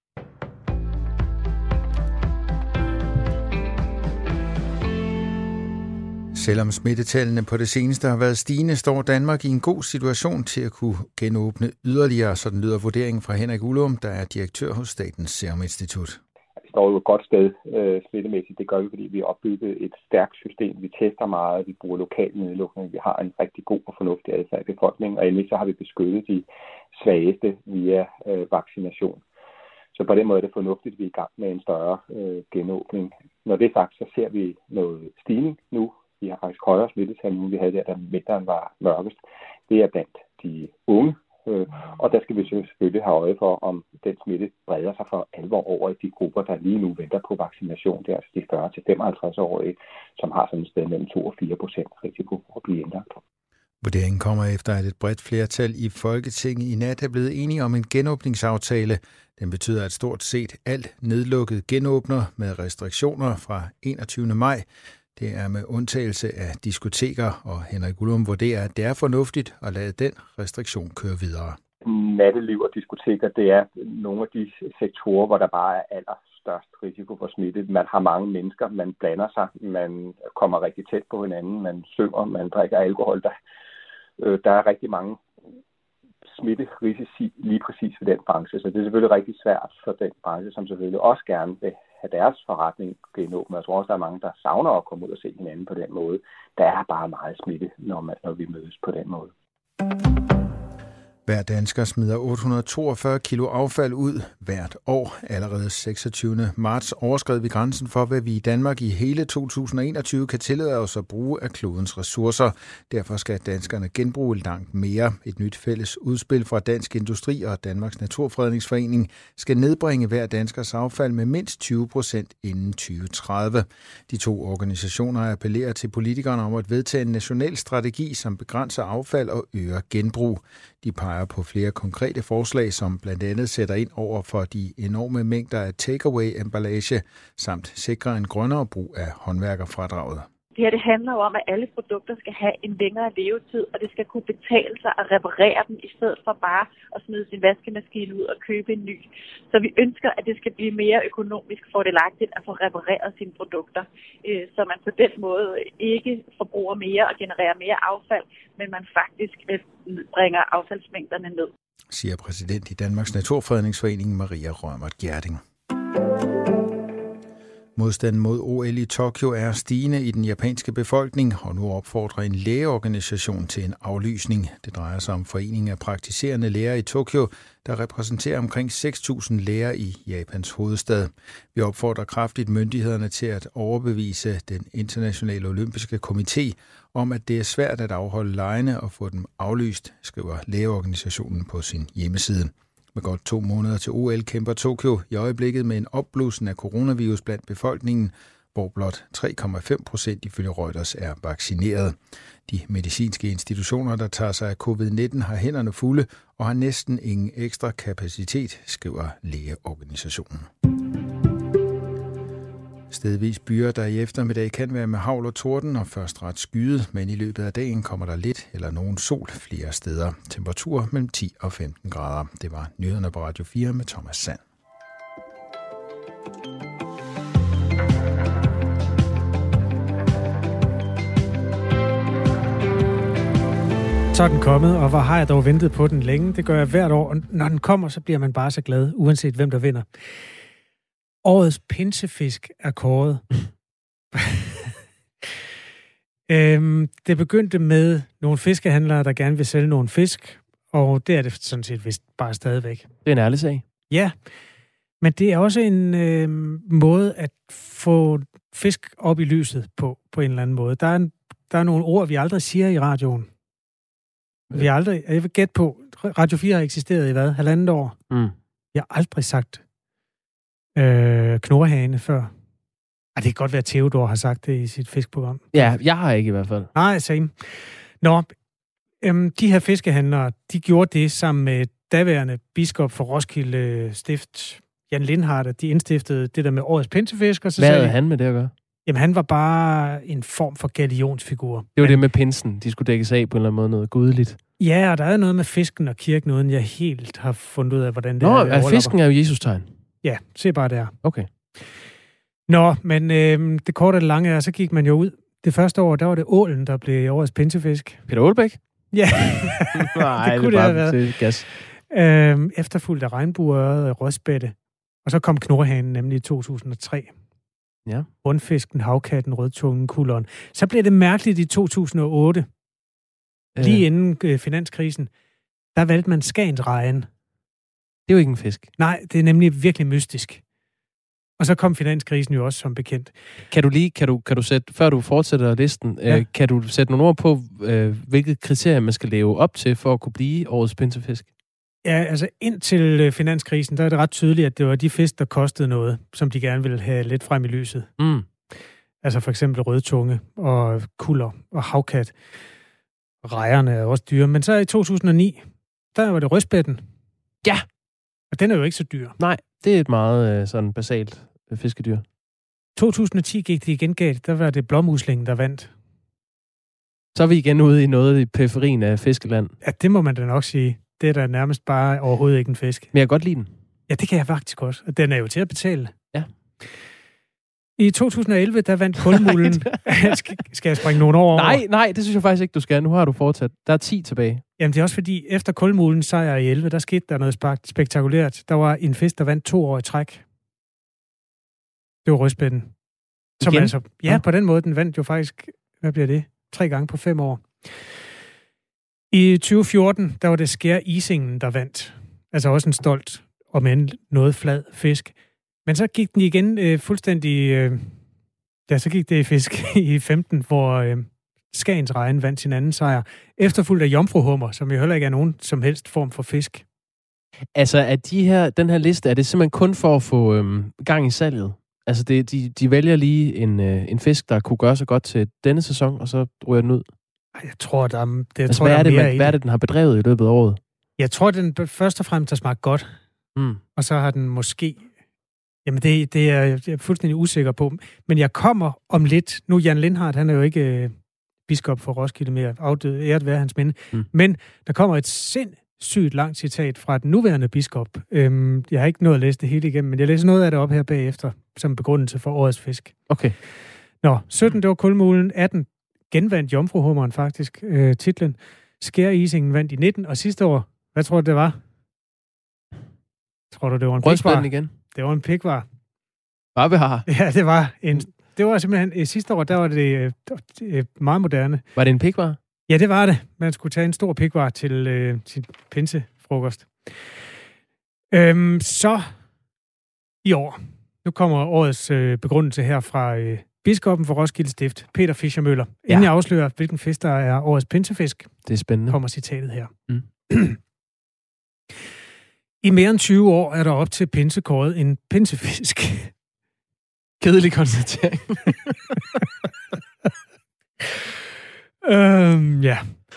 Selvom smittetallene på det seneste har været stigende, står Danmark i en god situation til at kunne genåbne yderligere, sådan lyder vurderingen fra Henrik Ullum, der er direktør hos Statens Serum Institut. Vi står jo et godt sted smittemæssigt. Det gør vi, fordi vi har opbygget et stærkt system. Vi tester meget, vi bruger lokal nedlukning, vi har en rigtig god og fornuftig adfærd i befolkningen, og endelig så har vi beskyttet de svageste via vaccination. Så på den måde er det fornuftigt, at vi er i gang med en større genåbning. Når det er sagt, så ser vi noget stigning nu. Vi har faktisk højere smittetal, end vi havde der, da vinteren var mørkest. Det er blandt de unge, og der skal vi selvfølgelig have øje for, om den smitte breder sig for alvor over i de grupper, der lige nu venter på vaccination. Det er altså de 40-55-årige, som har sådan et sted mellem 2 og 4% risiko for at blive indlagt. Vurderingen kommer efter, at et bredt flertal i Folketinget i nat er blevet enige om en genåbningsaftale. Den betyder, at stort set alt nedlukket genåbner med restriktioner fra 21. maj. Det er med undtagelse af diskoteker, og Henrik Ullum vurderer, at det er fornuftigt at lade den restriktion køre videre. Natteliv og diskoteker, det er nogle af de sektorer, hvor der bare er allerstørst risiko for smitte. Man har mange mennesker, man blander sig, man kommer rigtig tæt på hinanden, man synger, man drikker alkohol. Der er rigtig mange smitterisici lige præcis for den branche, så det er selvfølgelig rigtig svært for den branche, som selvfølgelig også gerne vil have deres forretning genåbnet. Jeg tror også, der er mange, der savner at komme ud og se hinanden på den måde. Der er bare meget smitte, når vi mødes på den måde. Hver dansker smider 842 kilo affald ud hvert år. Allerede 26. marts overskred vi grænsen for, hvad vi i Danmark i hele 2021 kan tillade os at bruge af klodens ressourcer. Derfor skal danskerne genbruge langt mere. Et nyt fælles udspil fra Dansk Industri og Danmarks Naturfredningsforening skal nedbringe hver danskers affald med mindst 20% inden 2030. De to organisationer appellerer til politikerne om at vedtage en national strategi, som begrænser affald og øger genbrug. De peger på flere konkrete forslag, som blandt andet sætter ind over for de enorme mængder af takeaway-emballage, samt sikrer en grønnere brug af håndværkerfradraget. Det her, det handler jo om, at alle produkter skal have en længere levetid, og det skal kunne betale sig at reparere dem, i stedet for bare at smide sin vaskemaskine ud og købe en ny. Så vi ønsker, at det skal blive mere økonomisk fordelagtigt at få repareret sine produkter, så man på den måde ikke forbruger mere og genererer mere affald, men man faktisk bringer affaldsmængderne ned. Siger præsident i Danmarks Naturfredningsforening Maria Rømert Gjerding. Modstanden mod OL i Tokyo er stigende i den japanske befolkning, og nu opfordrer en lægeorganisation til en aflysning. Det drejer sig om Foreningen af Praktiserende Læger i Tokyo, der repræsenterer omkring 6.000 læger i Japans hovedstad. Vi opfordrer kraftigt myndighederne til at overbevise den internationale olympiske komité om, at det er svært at afholde legene og få dem aflyst, skriver lægeorganisationen på sin hjemmeside. Med godt 2 måneder til OL kæmper Tokyo i øjeblikket med en opblussen af coronavirus blandt befolkningen, hvor blot 3,5% ifølge Reuters er vaccineret. De medicinske institutioner, der tager sig af covid-19, har hænderne fulde og har næsten ingen ekstra kapacitet, skriver lægeorganisationen. Stedvis byer, der i eftermiddag kan være med hagl og torden og først ret skyet, men i løbet af dagen kommer der lidt eller nogen sol flere steder. Temperatur mellem 10 og 15 grader. Det var nyhederne på Radio 4 med Thomas Sand. Så er den kommet, og hvor har jeg dog ventet på den længe. Det gør jeg hvert år, og når den kommer, så bliver man bare så glad, uanset hvem der vinder. Årets pinsefisk er kåret. Det begyndte med nogle fiskehandlere, der gerne vil sælge nogle fisk, og det er det sådan set vist bare stadigvæk. Det er en ærlig sag. Ja, men det er også en måde at få fisk op i lyset på en eller anden måde. Der er nogle ord, vi aldrig siger i radioen. Jeg vil gætte på, Radio 4 har eksisteret i hvad? 1,5 år? Jeg har aldrig sagt knorhane før. Det kan godt være, at Theodor har sagt det i sit fiskprogram. Ja, jeg har ikke i hvert fald. Nej, same. Nå, De her fiskehandlere, de gjorde det sammen med daværende biskop for Roskilde Stift, Jan Lindhardt, at de indstiftede det der med årets pinsefisk. Og så hvad havde han med det at gøre? Jamen, han var bare en form for gallionsfigur. Det var det med pinsen. De skulle dækkes af på en eller anden måde, noget gudeligt. Ja, og der er noget med fisken og kirken, uden jeg helt har fundet ud af, hvordan det er. Nå, fisken er jo Jesus-tegn. Ja, se bare der. Okay. Nå, men det korte og det lange er, så gik man jo ud. Det første år, der var det ålen, der blev årets pinsefisk. Peter Aalbæk? Ja, nej, det kunne det have været. Gas. Efterfulgt af regnbueøret og rødspætte. Og så kom knorhanen nemlig i 2003. Ja. Rundfisken, havkatten, rødtungen, kulderen. Så blev det mærkeligt i 2008. Lige inden finanskrisen. Der valgte man skagensrejen. Det er jo ikke en fisk. Nej, det er nemlig virkelig mystisk. Og så kom finanskrisen jo også som bekendt. Kan du sætte, før du fortsætter listen, kan du sætte nogle ord på, hvilket kriterier man skal leve op til for at kunne blive årets pinsefisk? Ja, altså indtil finanskrisen, der er det ret tydeligt, at det var de fisk, der kostede noget, som de gerne ville have lidt frem i lyset. Mm. Altså for eksempel rødtunge og kulder og havkat. Rejerne er også dyre. Men så i 2009, der var det rødspætten. Ja! Og den er jo ikke så dyr. Nej, det er et meget sådan basalt fiskedyr. 2010 gik det igen galt. Der var det blåmuslingen, der vandt. Så er vi igen ude i noget i periferien af fiskeland. Ja, det må man da nok sige. Det er da nærmest bare overhovedet ikke en fisk. Men jeg kan godt lide den. Ja, det kan jeg faktisk også. Og den er jo til at betale. Ja. I 2011, der vandt kulmulden. Skal jeg springe nogle år over? Nej, det synes jeg faktisk ikke, du skal. Nu har du fortsat. Der er 10 tilbage. Jamen, det er også fordi, efter kulmulden sejr i 11, der skete der noget spektakulært. Der var en fisk, der vandt 2 år i træk. Det var rødspætten. Som altså, ja, på den måde, den vandt jo faktisk, hvad bliver det? 3 gange på 5 år. I 2014, der var det skærisingen, der vandt. Altså også en stolt, og med en noget flad fisk. Men så gik den igen fuldstændig... så gik det i fisk i 15, hvor skagensrejen vandt sin anden sejr. Efterfulgt af jomfruhummer, som jo heller ikke er nogen som helst form for fisk. Altså, er den her liste, er det simpelthen kun for at få gang i salget? Altså, de vælger lige en fisk, der kunne gøre sig godt til denne sæson, og så ryger den ud? Jeg tror, hvad er det, den har bedrevet i løbet af året? Jeg tror, den først og fremmest har smagt godt. Mm. Og så har den måske... Jamen, det er jeg fuldstændig usikker på. Men jeg kommer om lidt... Nu, Jan Lindhardt, han er jo ikke biskop for Roskilde mere. Afdød, æret være hans minde. Mm. Men der kommer et sindssygt langt citat fra den nuværende biskop. Jeg har ikke nået at læse det hele igennem, men jeg læser noget af det op her bagefter, som begrundelse for årets fisk. Okay. Nå, 17, det var kulmulen. 18 genvandt jomfruhummeren faktisk titlen. Skærisingen vandt i 19, og sidste år, hvad tror du, det var? Tror du, det var en pikvar? Igen? Det var en pikvar. Barbehar? Ja, det var simpelthen, sidste år, der var det meget moderne. Var det en pikvar? Ja, det var det. Man skulle tage en stor pikvar til sin pinsefrokost. Så i år, nu kommer årets begrundelse her fra biskoppen for Roskilde Stift, Peter Fischer-Møller. Inden jeg afslører, hvilken fisk der er årets pinsefisk, det er spændende, kommer citatet her. Mm. I mere end 20 år er der op til pinse kåret en pinsefisk. Kedelig konstatering. Ja.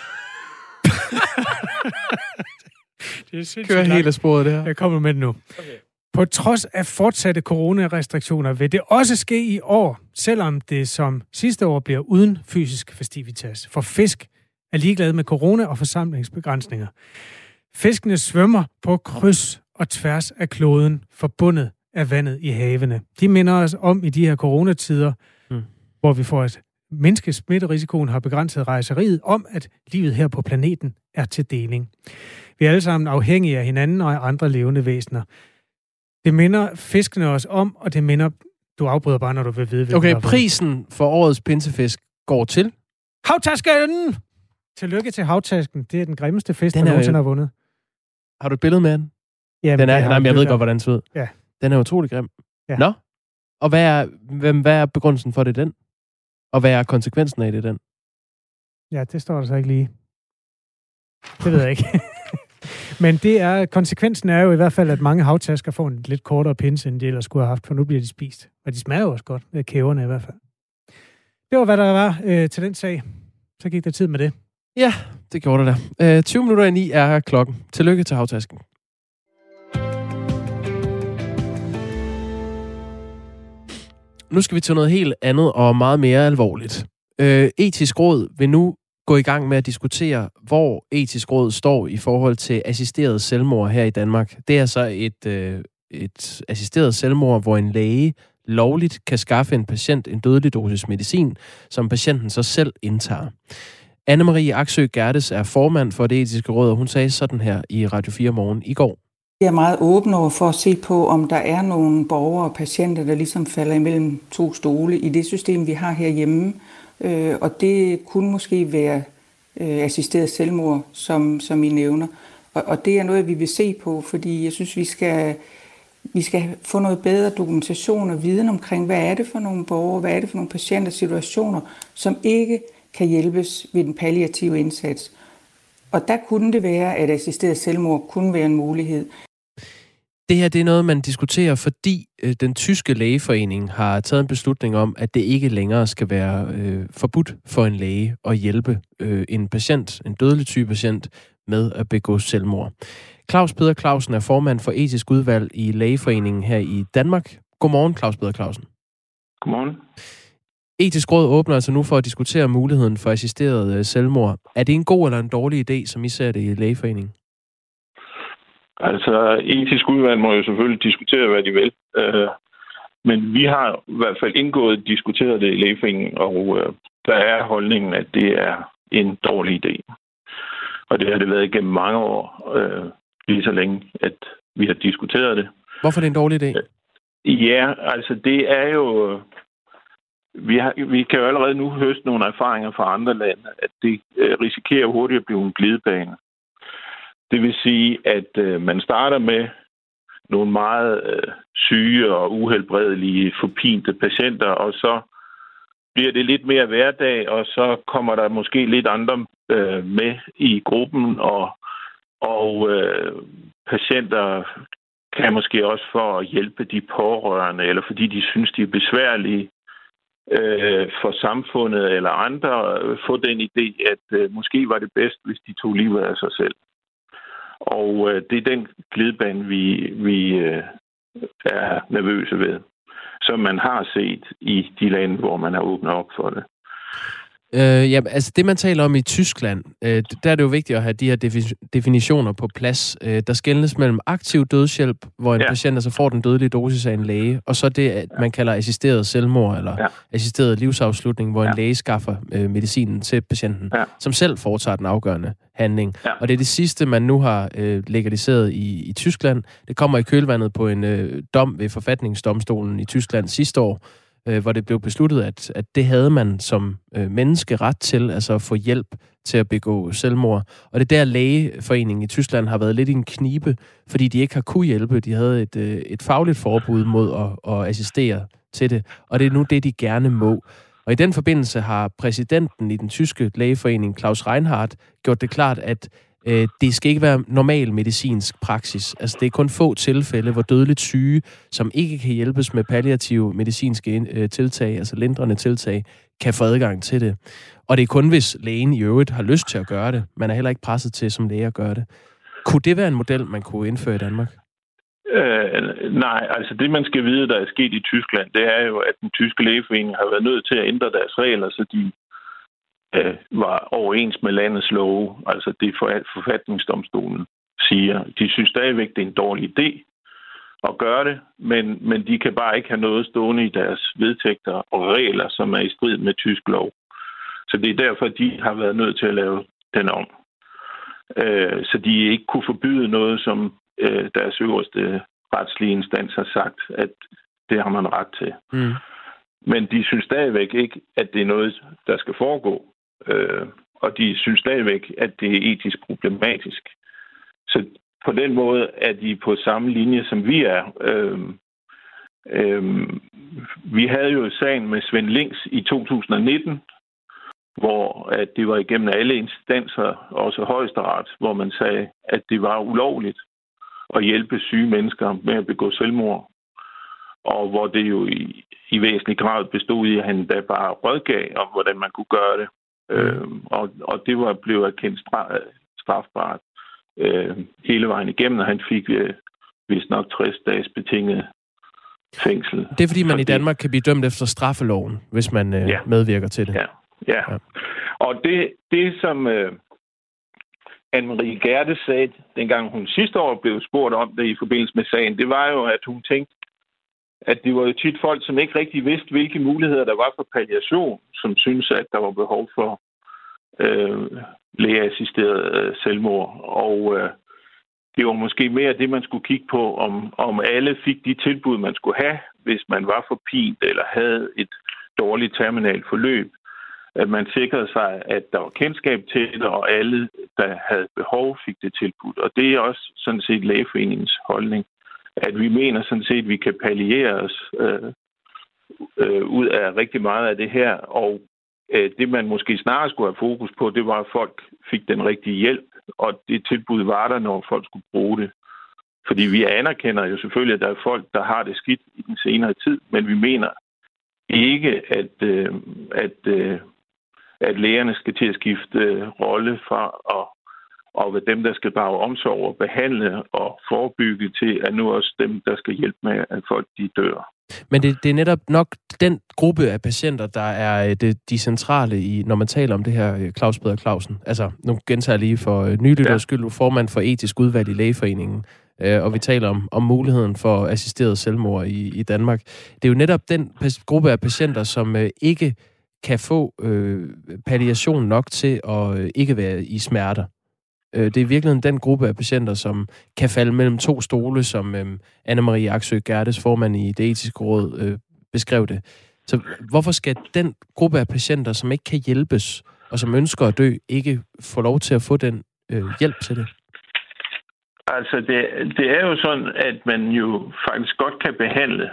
Det kører helt af sporet, det her. Jeg kommer med det nu. Okay. På trods af fortsatte coronarestriktioner vil det også ske i år, selvom det som sidste år bliver uden fysisk festivitas. For fisk er ligeglade med corona og forsamlingsbegrænsninger. Fiskene svømmer på kryds og tværs af kloden, forbundet af vandet i havene. De minder os om i de her coronatider, hvor vi får at mindske smitterisikoen har begrænset rejseriet, om at livet her på planeten er til deling. Vi er alle sammen afhængige af hinanden og af andre levende væsener. Det minder fiskene os om, og det minder... Du afbryder bare, når du vil vide... Okay, prisen for årets pinsefisk går til... Havtasken! Tillykke til havtasken. Det er den grimmeste fisk, der nogensinde har vundet. Har du et billede med den? Jamen, jeg ved godt, hvordan den ser ud. Ja. Den er utrolig grim. Ja. Nå? Og hvad er begrundelsen for det den? Og hvad er konsekvensen af det den? Ja, det står der så ikke lige. Det ved jeg ikke. Men konsekvensen er jo i hvert fald, at mange havtasker får en lidt kortere pinse, end de ellers skulle have haft, for nu bliver de spist. Og de smager jo også godt, kæverne i hvert fald. Det var, hvad der var til den sag. Så gik der tid med det. Ja, det gjorde det da. 20 minutter i 9 er klokken. Tillykke til havtasken. Nu skal vi til noget helt andet og meget mere alvorligt. Etisk Råd vil nu gå i gang med at diskutere, hvor Etisk Råd står i forhold til assisteret selvmord her i Danmark. Det er så et assisteret selvmord, hvor en læge lovligt kan skaffe en patient en dødelig dosis medicin, som patienten så selv indtager. Anne-Marie Aksø Gertes er formand for Det Etiske Råd, og hun sagde sådan her i Radio 4 Morgen i går. Jeg er meget åben over for at se på, om der er nogle borgere og patienter, der ligesom falder imellem to stole i det system, vi har herhjemme. Og det kunne måske være assisteret selvmord, som I nævner. Og det er noget, vi vil se på, fordi jeg synes, vi skal få noget bedre dokumentation og viden omkring, hvad er det for nogle borgere, hvad er det for nogle patienter, situationer, som ikke kan hjælpes ved den palliative indsats. Og der kunne det være, at assisteret selvmord kunne være en mulighed. Det her det er noget, man diskuterer, fordi den tyske lægeforening har taget en beslutning om, at det ikke længere skal være forbudt for en læge at hjælpe en patient, en dødelig type patient, med at begå selvmord. Claus Peder Clausen er formand for etisk udvalg i lægeforeningen her i Danmark. Godmorgen, Claus Peder Clausen. Godmorgen. Etisk Råd åbner altså nu for at diskutere muligheden for assisteret selvmord. Er det en god eller en dårlig idé, som I ser det i lægeforeningen? Altså, etisk udvalg må jo selvfølgelig diskutere, hvad de vil. Men vi har i hvert fald diskuteret det i lægeforeningen, og der er holdningen, at det er en dårlig idé. Og det har det været igennem mange år, lige så længe, at vi har diskuteret det. Hvorfor er det en dårlig idé? Ja, altså det er jo... Vi kan jo allerede nu høste nogle erfaringer fra andre lande, at det risikerer hurtigt at blive en glidebane. Det vil sige, at man starter med nogle meget syge og uhelbredelige, forpinte patienter, og så bliver det lidt mere hverdag, og så kommer der måske lidt andre med i gruppen, og patienter kan måske også for at hjælpe de pårørende, eller fordi de synes, de er besværlige for samfundet eller andre, få den idé, at måske var det bedst, hvis de tog livet af sig selv. Og det er den glidebane, vi er nervøse ved, som man har set i de lande, hvor man har åbnet op for det. Ja, altså det, man taler om i Tyskland, der er det jo vigtigt at have de her definitioner på plads. Der skelnes mellem aktiv dødshjælp, hvor en patient altså får den dødelige dosis af en læge, og så det, man kalder assisteret selvmord, eller assisteret livsafslutning, hvor en læge skaffer medicinen til patienten, som selv foretager den afgørende handling. Og det er det sidste, man nu har legaliseret i Tyskland. Det kommer i kølvandet på en dom ved forfatningsdomstolen i Tyskland sidste år, hvor det blev besluttet, at det havde man som menneske ret til, altså at få hjælp til at begå selvmord. Og det der lægeforeningen i Tyskland har været lidt i en knibe, fordi de ikke har kunne hjælpe. De havde et fagligt forbud mod at assistere til det, og det er nu det, de gerne må. Og i den forbindelse har præsidenten i den tyske lægeforening, Klaus Reinhardt, gjort det klart, at det skal ikke være normal medicinsk praksis. Altså, det er kun få tilfælde, hvor dødeligt syge, som ikke kan hjælpes med palliative medicinske tiltag, altså lindrende tiltag, kan få adgang til det. Og det er kun, hvis lægen i øvrigt har lyst til at gøre det. Man er heller ikke presset til som læge at gøre det. Kunne det være en model, man kunne indføre i Danmark? Nej, altså det, man skal vide, der er sket i Tyskland, det er jo, at den tyske lægeforening har været nødt til at ændre deres regler, så de var overens med landets love, altså det forfatningsdomstolen siger. De synes stadigvæk, det er en dårlig idé at gøre det, men de kan bare ikke have noget stående i deres vedtægter og regler, som er i strid med tysk lov. Så det er derfor, de har været nødt til at lave den om. Så de ikke kunne forbyde noget, som deres øverste retslige instans har sagt, at det har man ret til. Mm. Men de synes stadigvæk ikke, at det er noget, der skal foregå. Og de synes stadigvæk, at det er etisk problematisk. Så på den måde er de på samme linje, som vi er. Vi havde jo sagen med Svend Links i 2019, hvor at det var igennem alle instanser, også Højesteret, hvor man sagde, at det var ulovligt at hjælpe syge mennesker med at begå selvmord. Og hvor det jo i væsentlig grad bestod i, at han da bare rådgav om, hvordan man kunne gøre det. Og det var blevet erkendt strafbart hele vejen igennem, og han fik vist nok 60 dages betinget fængsel. Det er fordi, man i Danmark kan blive dømt efter straffeloven, hvis man medvirker til det. Ja. Og det som Anne-Marie Gerde sagde, dengang hun sidste år blev spurgt om det i forbindelse med sagen, det var jo, at hun tænkte, at det var jo tit folk, som ikke rigtig vidste, hvilke muligheder der var for palliation, som synes, at der var behov for lægeassisteret selvmord. Og det var måske mere det, man skulle kigge på, om alle fik de tilbud, man skulle have, hvis man var forpint eller havde et dårligt terminalt forløb. At man sikrede sig, at der var kendskab til det, og alle, der havde behov, fik det tilbud. Og det er også sådan set Lægeforeningens holdning, at vi mener sådan set, at vi kan palliere os ud af rigtig meget af det her. Og det, man måske snarere skulle have fokus på, det var, at folk fik den rigtige hjælp, og det tilbud var der, når folk skulle bruge det. Fordi vi anerkender jo selvfølgelig, at der er folk, der har det skidt i den senere tid, men vi mener ikke, at lægerne skal til at skifte rolle fra at være dem, der skal drage omsorg og behandle og forebygge, til at nu også dem, der skal hjælpe med, at folk de dør. Men det er netop nok den gruppe af patienter, der er de centrale i, når man taler om det her, Claus Peder Clausen. Altså, nu gentager jeg lige for nylytteres skyld, formand for etisk udvalg i Lægeforeningen, og vi taler om muligheden for assisteret selvmord i Danmark. Det er jo netop den gruppe af patienter, som ikke kan få palliation nok til at ikke være i smerter. Det er i virkeligheden den gruppe af patienter, som kan falde mellem to stole, som Anne-Marie Aksø Gerdes, formand i Det Etiske Råd, beskrev det. Så hvorfor skal den gruppe af patienter, som ikke kan hjælpes, og som ønsker at dø, ikke få lov til at få den hjælp til det? Altså, det er jo sådan, at man jo faktisk godt kan behandle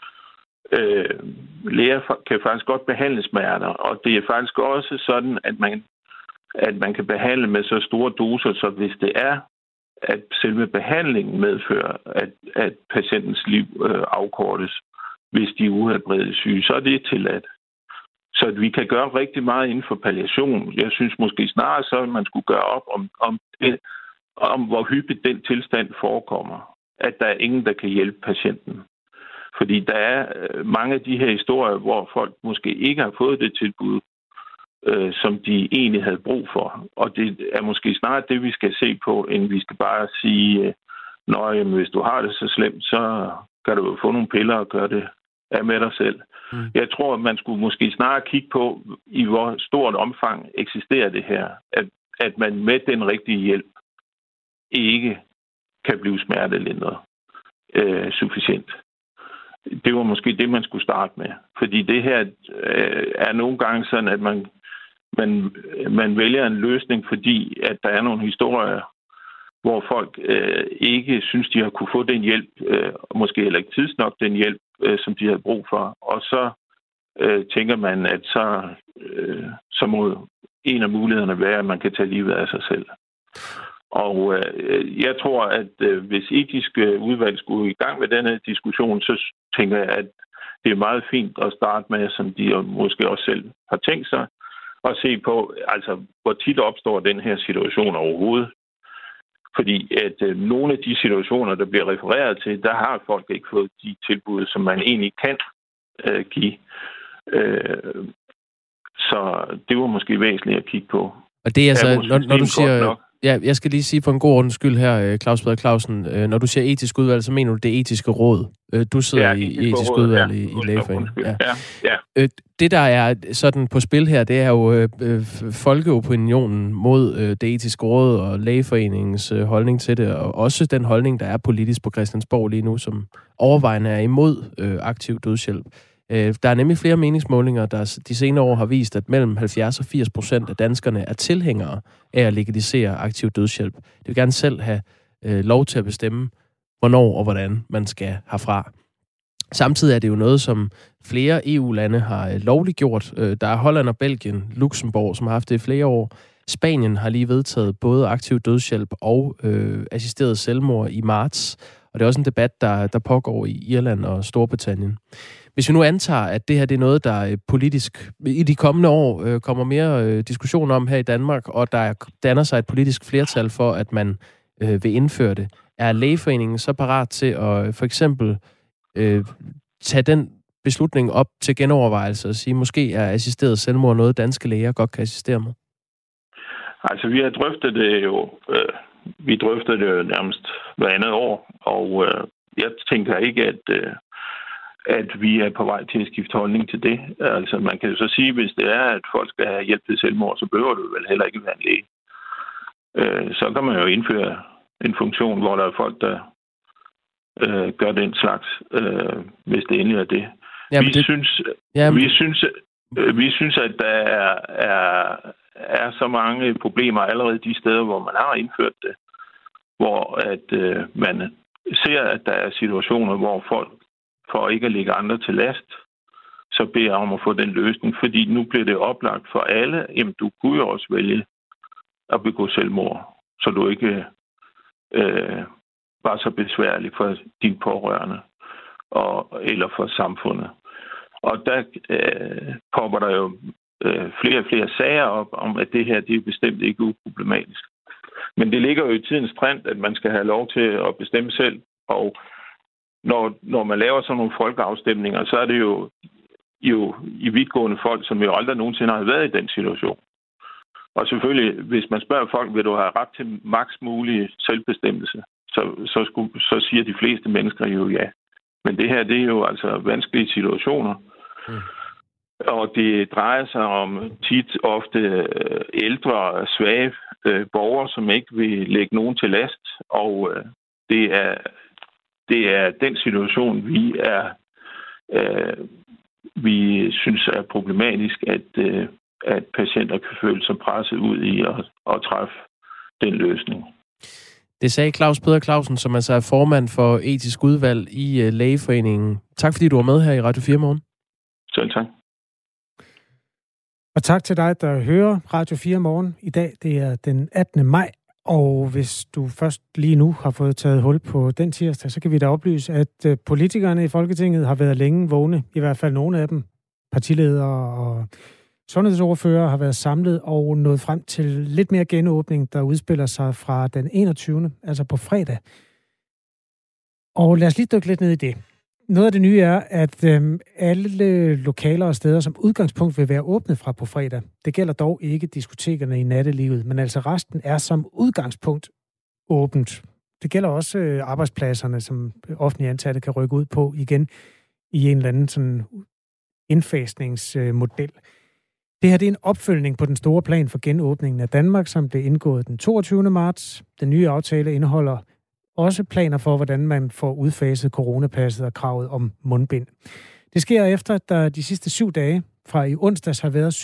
læger kan faktisk godt behandle smerter, og det er faktisk også sådan, at man kan behandle med så store doser, så hvis det er, at selve behandlingen medfører, at patientens liv afkortes, hvis de er uhelbredeligt syge, så er det tilladt. Så at vi kan gøre rigtig meget inden for palliation. Jeg synes måske snarere så, at man skulle gøre op om hvor hyppigt den tilstand forekommer. At der er ingen, der kan hjælpe patienten. Fordi der er mange af de her historier, hvor folk måske ikke har fået det tilbud, som de egentlig havde brug for. Og det er måske snarere det, vi skal se på, end vi skal bare sige, hvis du har det så slemt, så kan du jo få nogle piller og gøre det af med dig selv. Jeg tror, at man skulle måske snarere kigge på, i hvor stort omfang eksisterer det her. At man med den rigtige hjælp ikke kan blive smertelindret sufficient. Det var måske det, man skulle starte med. Fordi det her er nogle gange sådan, at man vælger en løsning, fordi at der er nogle historier, hvor folk ikke synes, de har kunne få den hjælp, måske heller ikke tidsnok den hjælp, som de havde brug for. Og så tænker man, at så må en af mulighederne være, at man kan tage livet af sig selv. Og jeg tror, at hvis etiske udvalg skulle i gang med denne diskussion, så tænker jeg, at det er meget fint at starte med, som de måske også selv har tænkt sig, at se på, altså, hvor tit opstår den her situation overhovedet. Fordi at nogle af de situationer, der bliver refereret til, der har folk ikke fået de tilbud, som man egentlig kan give. Så det var måske væsentligt at kigge på. Og det er altså, når du siger... Ja, jeg skal lige sige for en god ordens skyld her, Claus Peder Clausen, når du siger etisk udvalg, så mener du det etiske råd. Du sidder i etisk udvalg i Lægeforeningen. Ja. Det, der er sådan på spil her, det er jo folkeopinionen mod det etiske råd og Lægeforeningens holdning til det, og også den holdning, der er politisk på Christiansborg lige nu, som overvejende er imod aktiv dødshjælp. Der er nemlig flere meningsmålinger, der de senere år har vist, at mellem 70% og 80% af danskerne er tilhængere af at legalisere aktiv dødshjælp. De vil gerne selv have lov til at bestemme, hvornår og hvordan man skal herfra. Samtidig er det jo noget, som flere EU-lande har lovliggjort. Der er Holland og Belgien, Luxembourg, som har haft det i flere år. Spanien har lige vedtaget både aktiv dødshjælp og assisteret selvmord i marts. Og det er også en debat, der pågår i Irland og Storbritannien. Hvis vi nu antager, at det her det er noget, der politisk i de kommende år kommer mere diskussion om her i Danmark, og der danner sig et politisk flertal for, at man vil indføre det, er Lægeforeningen så parat til at for eksempel tage den beslutning op til genovervejelse og sige, måske er assisteret selvmord noget, danske læger godt kan assistere med? Altså, vi har drøftet det jo. Vi drøfter det jo nærmest hver andet år, og jeg tænker ikke, at vi er på vej til at skifte holdning til det. Altså, man kan jo så sige, hvis det er, at folk skal have hjælp til selvmord, så behøver det vel heller ikke være en læge. Så kan man jo indføre en funktion, hvor der er folk, der gør den slags, hvis det endelig er det. Vi synes, at der er så mange problemer allerede de steder, hvor man har indført det, hvor at man ser, at der er situationer, hvor folk, for ikke at lægge andre til last, så beder om at få den løsning, fordi nu bliver det oplagt for alle, jamen du kunne jo også vælge at begå selvmord, så du ikke var så besværlig for dine pårørende eller for samfundet. Og der popper der jo flere og flere sager op om, at det her det er bestemt ikke uproblematisk. Men det ligger jo i tidens trend, at man skal have lov til at bestemme selv. Og når man laver sådan nogle folkeafstemninger, så er det jo i vidtgående folk, som jo aldrig nogensinde har været i den situation. Og selvfølgelig, hvis man spørger folk, vil du have ret til maks mulig selvbestemmelse, så siger de fleste mennesker jo ja. Men det her, det er jo altså vanskelige situationer. Og det drejer sig om ofte ældre, svage borgere, som ikke vil lægge nogen til last. Og det er den situation, vi synes er problematisk, at patienter kan føle sig presset ud i at træffe den løsning. Det sagde Claus Peder Clausen, som altså er formand for etisk udvalg i Lægeforeningen. Tak fordi du var med her i Radio 4 Morgen. Selv tak. Og tak til dig, der hører Radio 4 Morgen. I dag, det er den 18. maj, og hvis du først lige nu har fået taget hul på den tirsdag, så kan vi da oplyse, at politikerne i Folketinget har været længe vågne, i hvert fald nogle af dem. Partiledere og sundhedsordfører har været samlet og nået frem til lidt mere genåbning, der udspiller sig fra den 21. altså på fredag. Og lad os lige dykke lidt ned i det. Noget af det nye er, at alle lokaler og steder som udgangspunkt vil være åbnet fra på fredag. Det gælder dog ikke diskotekerne i nattelivet, men altså resten er som udgangspunkt åbent. Det gælder også arbejdspladserne, som offentlige ansatte kan rykke ud på igen i en eller anden sådan indfasningsmodel. Det her det er en opfølgning på den store plan for genåbningen af Danmark, som blev indgået den 22. marts. Den nye aftale indeholder også planer for, hvordan man får udfaset coronapasset og kravet om mundbind. Det sker efter, at der de sidste 7 dage fra i onsdags har været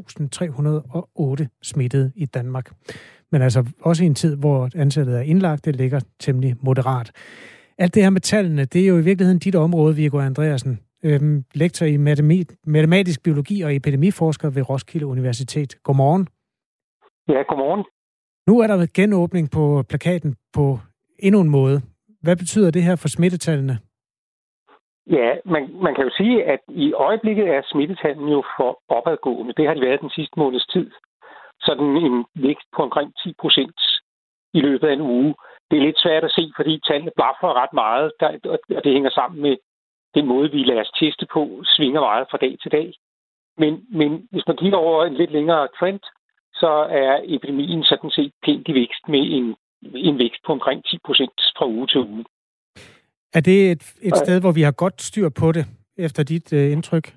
7.308 smittede i Danmark. Men altså også i en tid, hvor antallet er indlagt, det ligger temmelig moderat. Alt det her med tallene, det er jo i virkeligheden dit område, Viggo Andreasen. Lektor i matematisk biologi og epidemiforsker ved Roskilde Universitet. Godmorgen. Ja, godmorgen. Nu er der genåbning på plakaten på endnu en måde. Hvad betyder det her for smittetallene? Ja, man kan jo sige, at i øjeblikket er smittetallene jo for opadgående. Det har det været den sidste måneds tid. Sådan en vækst på omkring 10% i løbet af en uge. Det er lidt svært at se, fordi tallene blaffer ret meget, og det hænger sammen med den måde, vi lader os teste på, svinger meget fra dag til dag. Men hvis man kigger over en lidt længere trend, så er epidemien sådan set pænt i vækst med en vækst på omkring 10% fra uge til uge. Er det et sted, hvor vi har godt styr på det, efter dit indtryk?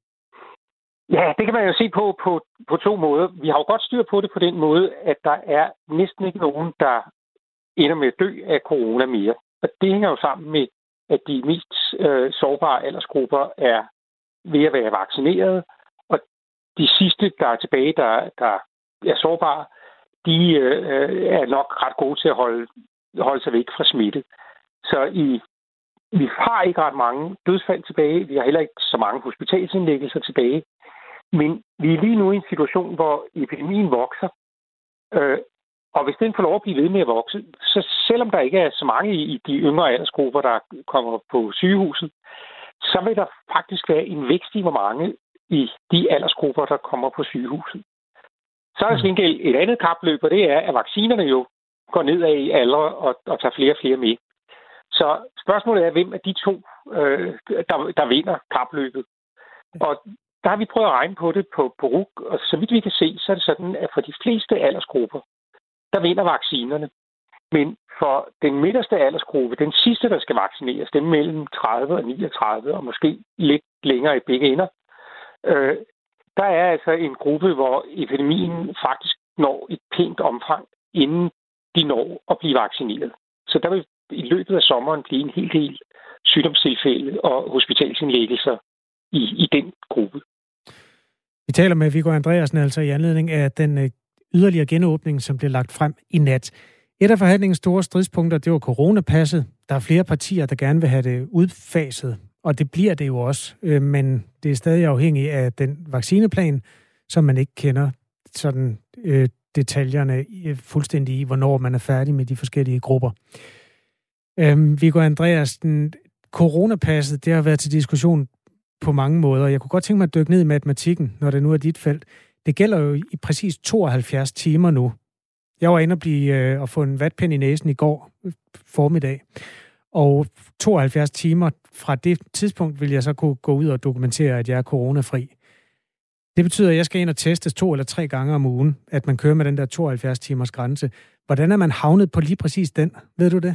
Ja, det kan man jo se på 2 måder. Vi har jo godt styr på det på den måde, at der er næsten ikke nogen, der ender med at dø af corona mere. Og det hænger jo sammen med, at de mest sårbare aldersgrupper er ved at være vaccineret, og de sidste, der er tilbage, der er sårbare, de er nok ret gode til at holde sig væk fra smitte. Så vi har ikke ret mange dødsfald tilbage, vi har heller ikke så mange hospitalsindlæggelser tilbage, men vi er lige nu i en situation, hvor epidemien vokser, Og hvis den får lov at blive ved med at vokse, så selvom der ikke er så mange i de yngre aldersgrupper, der kommer på sygehuset, så vil der faktisk være en vækst i, hvor mange i de aldersgrupper, der kommer på sygehuset. Så er der til gengæld et andet kapløb, og det er, at vaccinerne jo går nedad i alder og tager flere og flere med. Så spørgsmålet er, hvem af de to, der vinder kapløbet. Og der har vi prøvet at regne på det på RUC, og så vidt vi kan se, så er det sådan, at for de fleste aldersgrupper, der vinder vaccinerne. Men for den midterste aldersgruppe, den sidste, der skal vaccineres, dem mellem 30 og 39, og måske lidt længere i begge ender, der er altså en gruppe, hvor epidemien faktisk når et pænt omfang, inden de når at blive vaccineret. Så der vil i løbet af sommeren blive en hel del sygdomstilfælde og hospitalsindlæggelser i den gruppe. Vi taler med Viggo Andreasen altså i anledning af den yderligere genåbning, som blev lagt frem i nat. Et af forhandlingens store stridspunkter, det var coronapasset. Der er flere partier, der gerne vil have det udfaset, og det bliver det jo også. Men det er stadig afhængigt af den vaccineplan, som man ikke kender sådan detaljerne fuldstændig i, hvornår man er færdig med de forskellige grupper. Viggo Andreasen, coronapasset, det har været til diskussion på mange måder. Jeg kunne godt tænke mig at dykke ned i matematikken, når det nu er dit felt. Det gælder jo i præcis 72 timer nu. Jeg var inde og få en vatpind i næsen i går formiddag. Og 72 timer fra det tidspunkt vil jeg så kunne gå ud og dokumentere, at jeg er coronafri. Det betyder, at jeg skal ind og testes 2 eller 3 gange om ugen, at man kører med den der 72 timers grænse. Hvordan er man havnet på lige præcis den? Ved du det?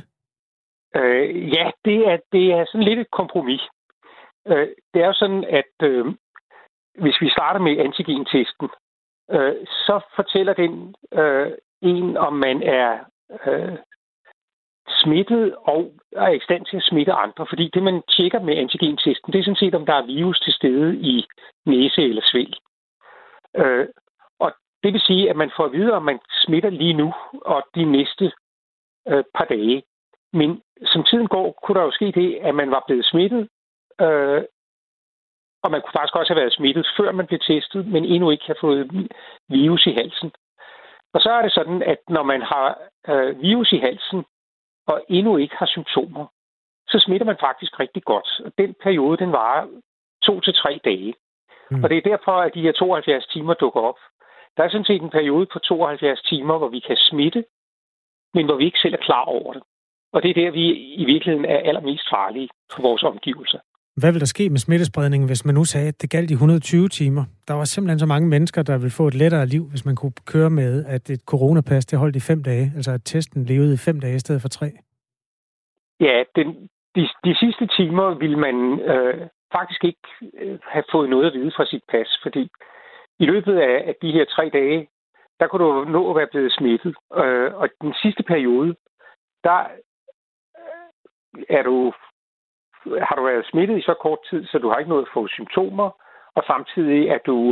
Ja, det er sådan lidt et kompromis. Det er jo sådan, at hvis vi starter med antigentesten, så fortæller den om man er smittet og er i stand til at smitte andre. Fordi det, man tjekker med antigentesten, det er sådan set, om der er virus til stede i næse eller svælg. Og det vil sige, at man får at vide, om man smitter lige nu og de næste par dage. Men som tiden går, kunne der jo ske det, at man var blevet smittet, og man kunne faktisk også have været smittet, før man blev testet, men endnu ikke have fået virus i halsen. Og så er det sådan, at når man har virus i halsen, og endnu ikke har symptomer, så smitter man faktisk rigtig godt. Og den periode, den varer 2 til 3 dage. Og det er derfor, at de her 72 timer dukker op. Der er sådan set en periode på 72 timer, hvor vi kan smitte, men hvor vi ikke selv er klar over det. Og det er der, vi i virkeligheden er allermest farlige for vores omgivelser. Hvad vil der ske med smittespredningen, hvis man nu sagde, at det galt i 120 timer? Der var simpelthen så mange mennesker, der ville få et lettere liv, hvis man kunne køre med, at et coronapas, det holdt i 5 dage. Altså at testen levede i 5 dage i stedet for 3. Ja, de sidste timer ville man faktisk ikke have fået noget at vide fra sit pas, fordi i løbet af de her 3 dage, der kunne du nå at være blevet smittet. Og den sidste periode, der har du været smittet i så kort tid, så du har ikke nået at få symptomer, og samtidig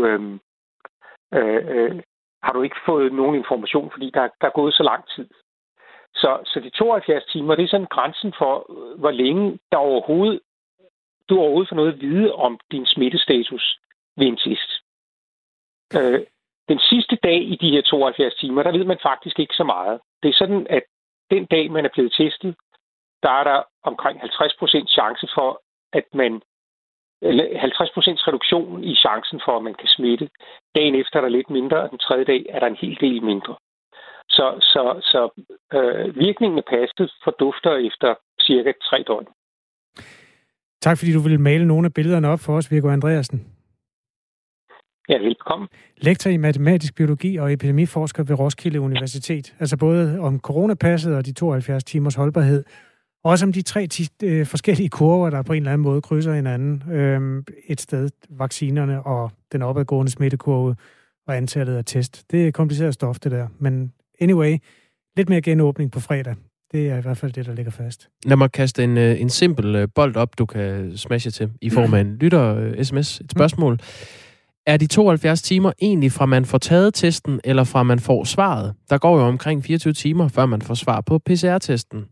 har du ikke fået nogen information, fordi der er gået så lang tid. Så de 72 timer, det er sådan grænsen for, hvor længe du overhovedet får noget at vide om din smittestatus ved en test. Den sidste dag i de her 72 timer, der ved man faktisk ikke så meget. Det er sådan, at den dag, man er blevet testet, der er der omkring 50% chance for, at 50% reduktion i chancen for, at man kan smitte. Dagen efter er der lidt mindre, og den tredje dag er der en hel del mindre. Så virkningen af passet fordufter efter cirka 3 døgn. Tak fordi du ville male nogle af billederne op for os, Viggo Andreasen. Ja, velkommen. Lektor i matematisk biologi og epidemiforsker ved Roskilde Universitet. Altså både om coronapasset og de 72 timers holdbarhed. Også om de 3 forskellige kurver, der på en eller anden måde krydser hinanden. Et sted vaccinerne og den opadgående smittekurve og antallet af test. Det er kompliceret stof, det der. Men anyway, lidt mere genåbning på fredag. Det er i hvert fald det, der ligger fast. Lad mig kaste en simpel bold op, du kan smashe til i form af en lytter-sms. Et spørgsmål. Er de 72 timer egentlig fra man får taget testen, eller fra man får svaret? Der går jo omkring 24 timer, før man får svar på PCR-testen.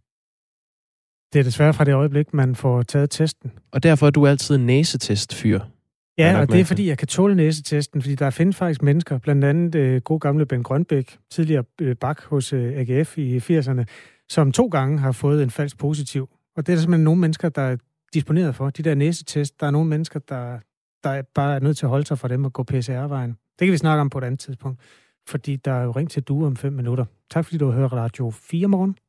Det er desværre fra det øjeblik, man får taget testen. Og derfor er du altid en næsetestfyr. Ja, og det er fordi, jeg kan tåle næsetesten, fordi der findes faktisk mennesker, blandt andet god gamle Ben Grønbæk, tidligere bak hos AGF i 80'erne, som 2 gange har fået en falsk positiv. Og det er der simpelthen nogle mennesker, der er disponeret for. De der næsetest, der er nogle mennesker, der bare er nødt til at holde sig fra dem og gå PCR-vejen. Det kan vi snakke om på et andet tidspunkt, fordi der er jo ringt til Due om 5 minutter. Tak fordi du har hørt Radio 4 morgen.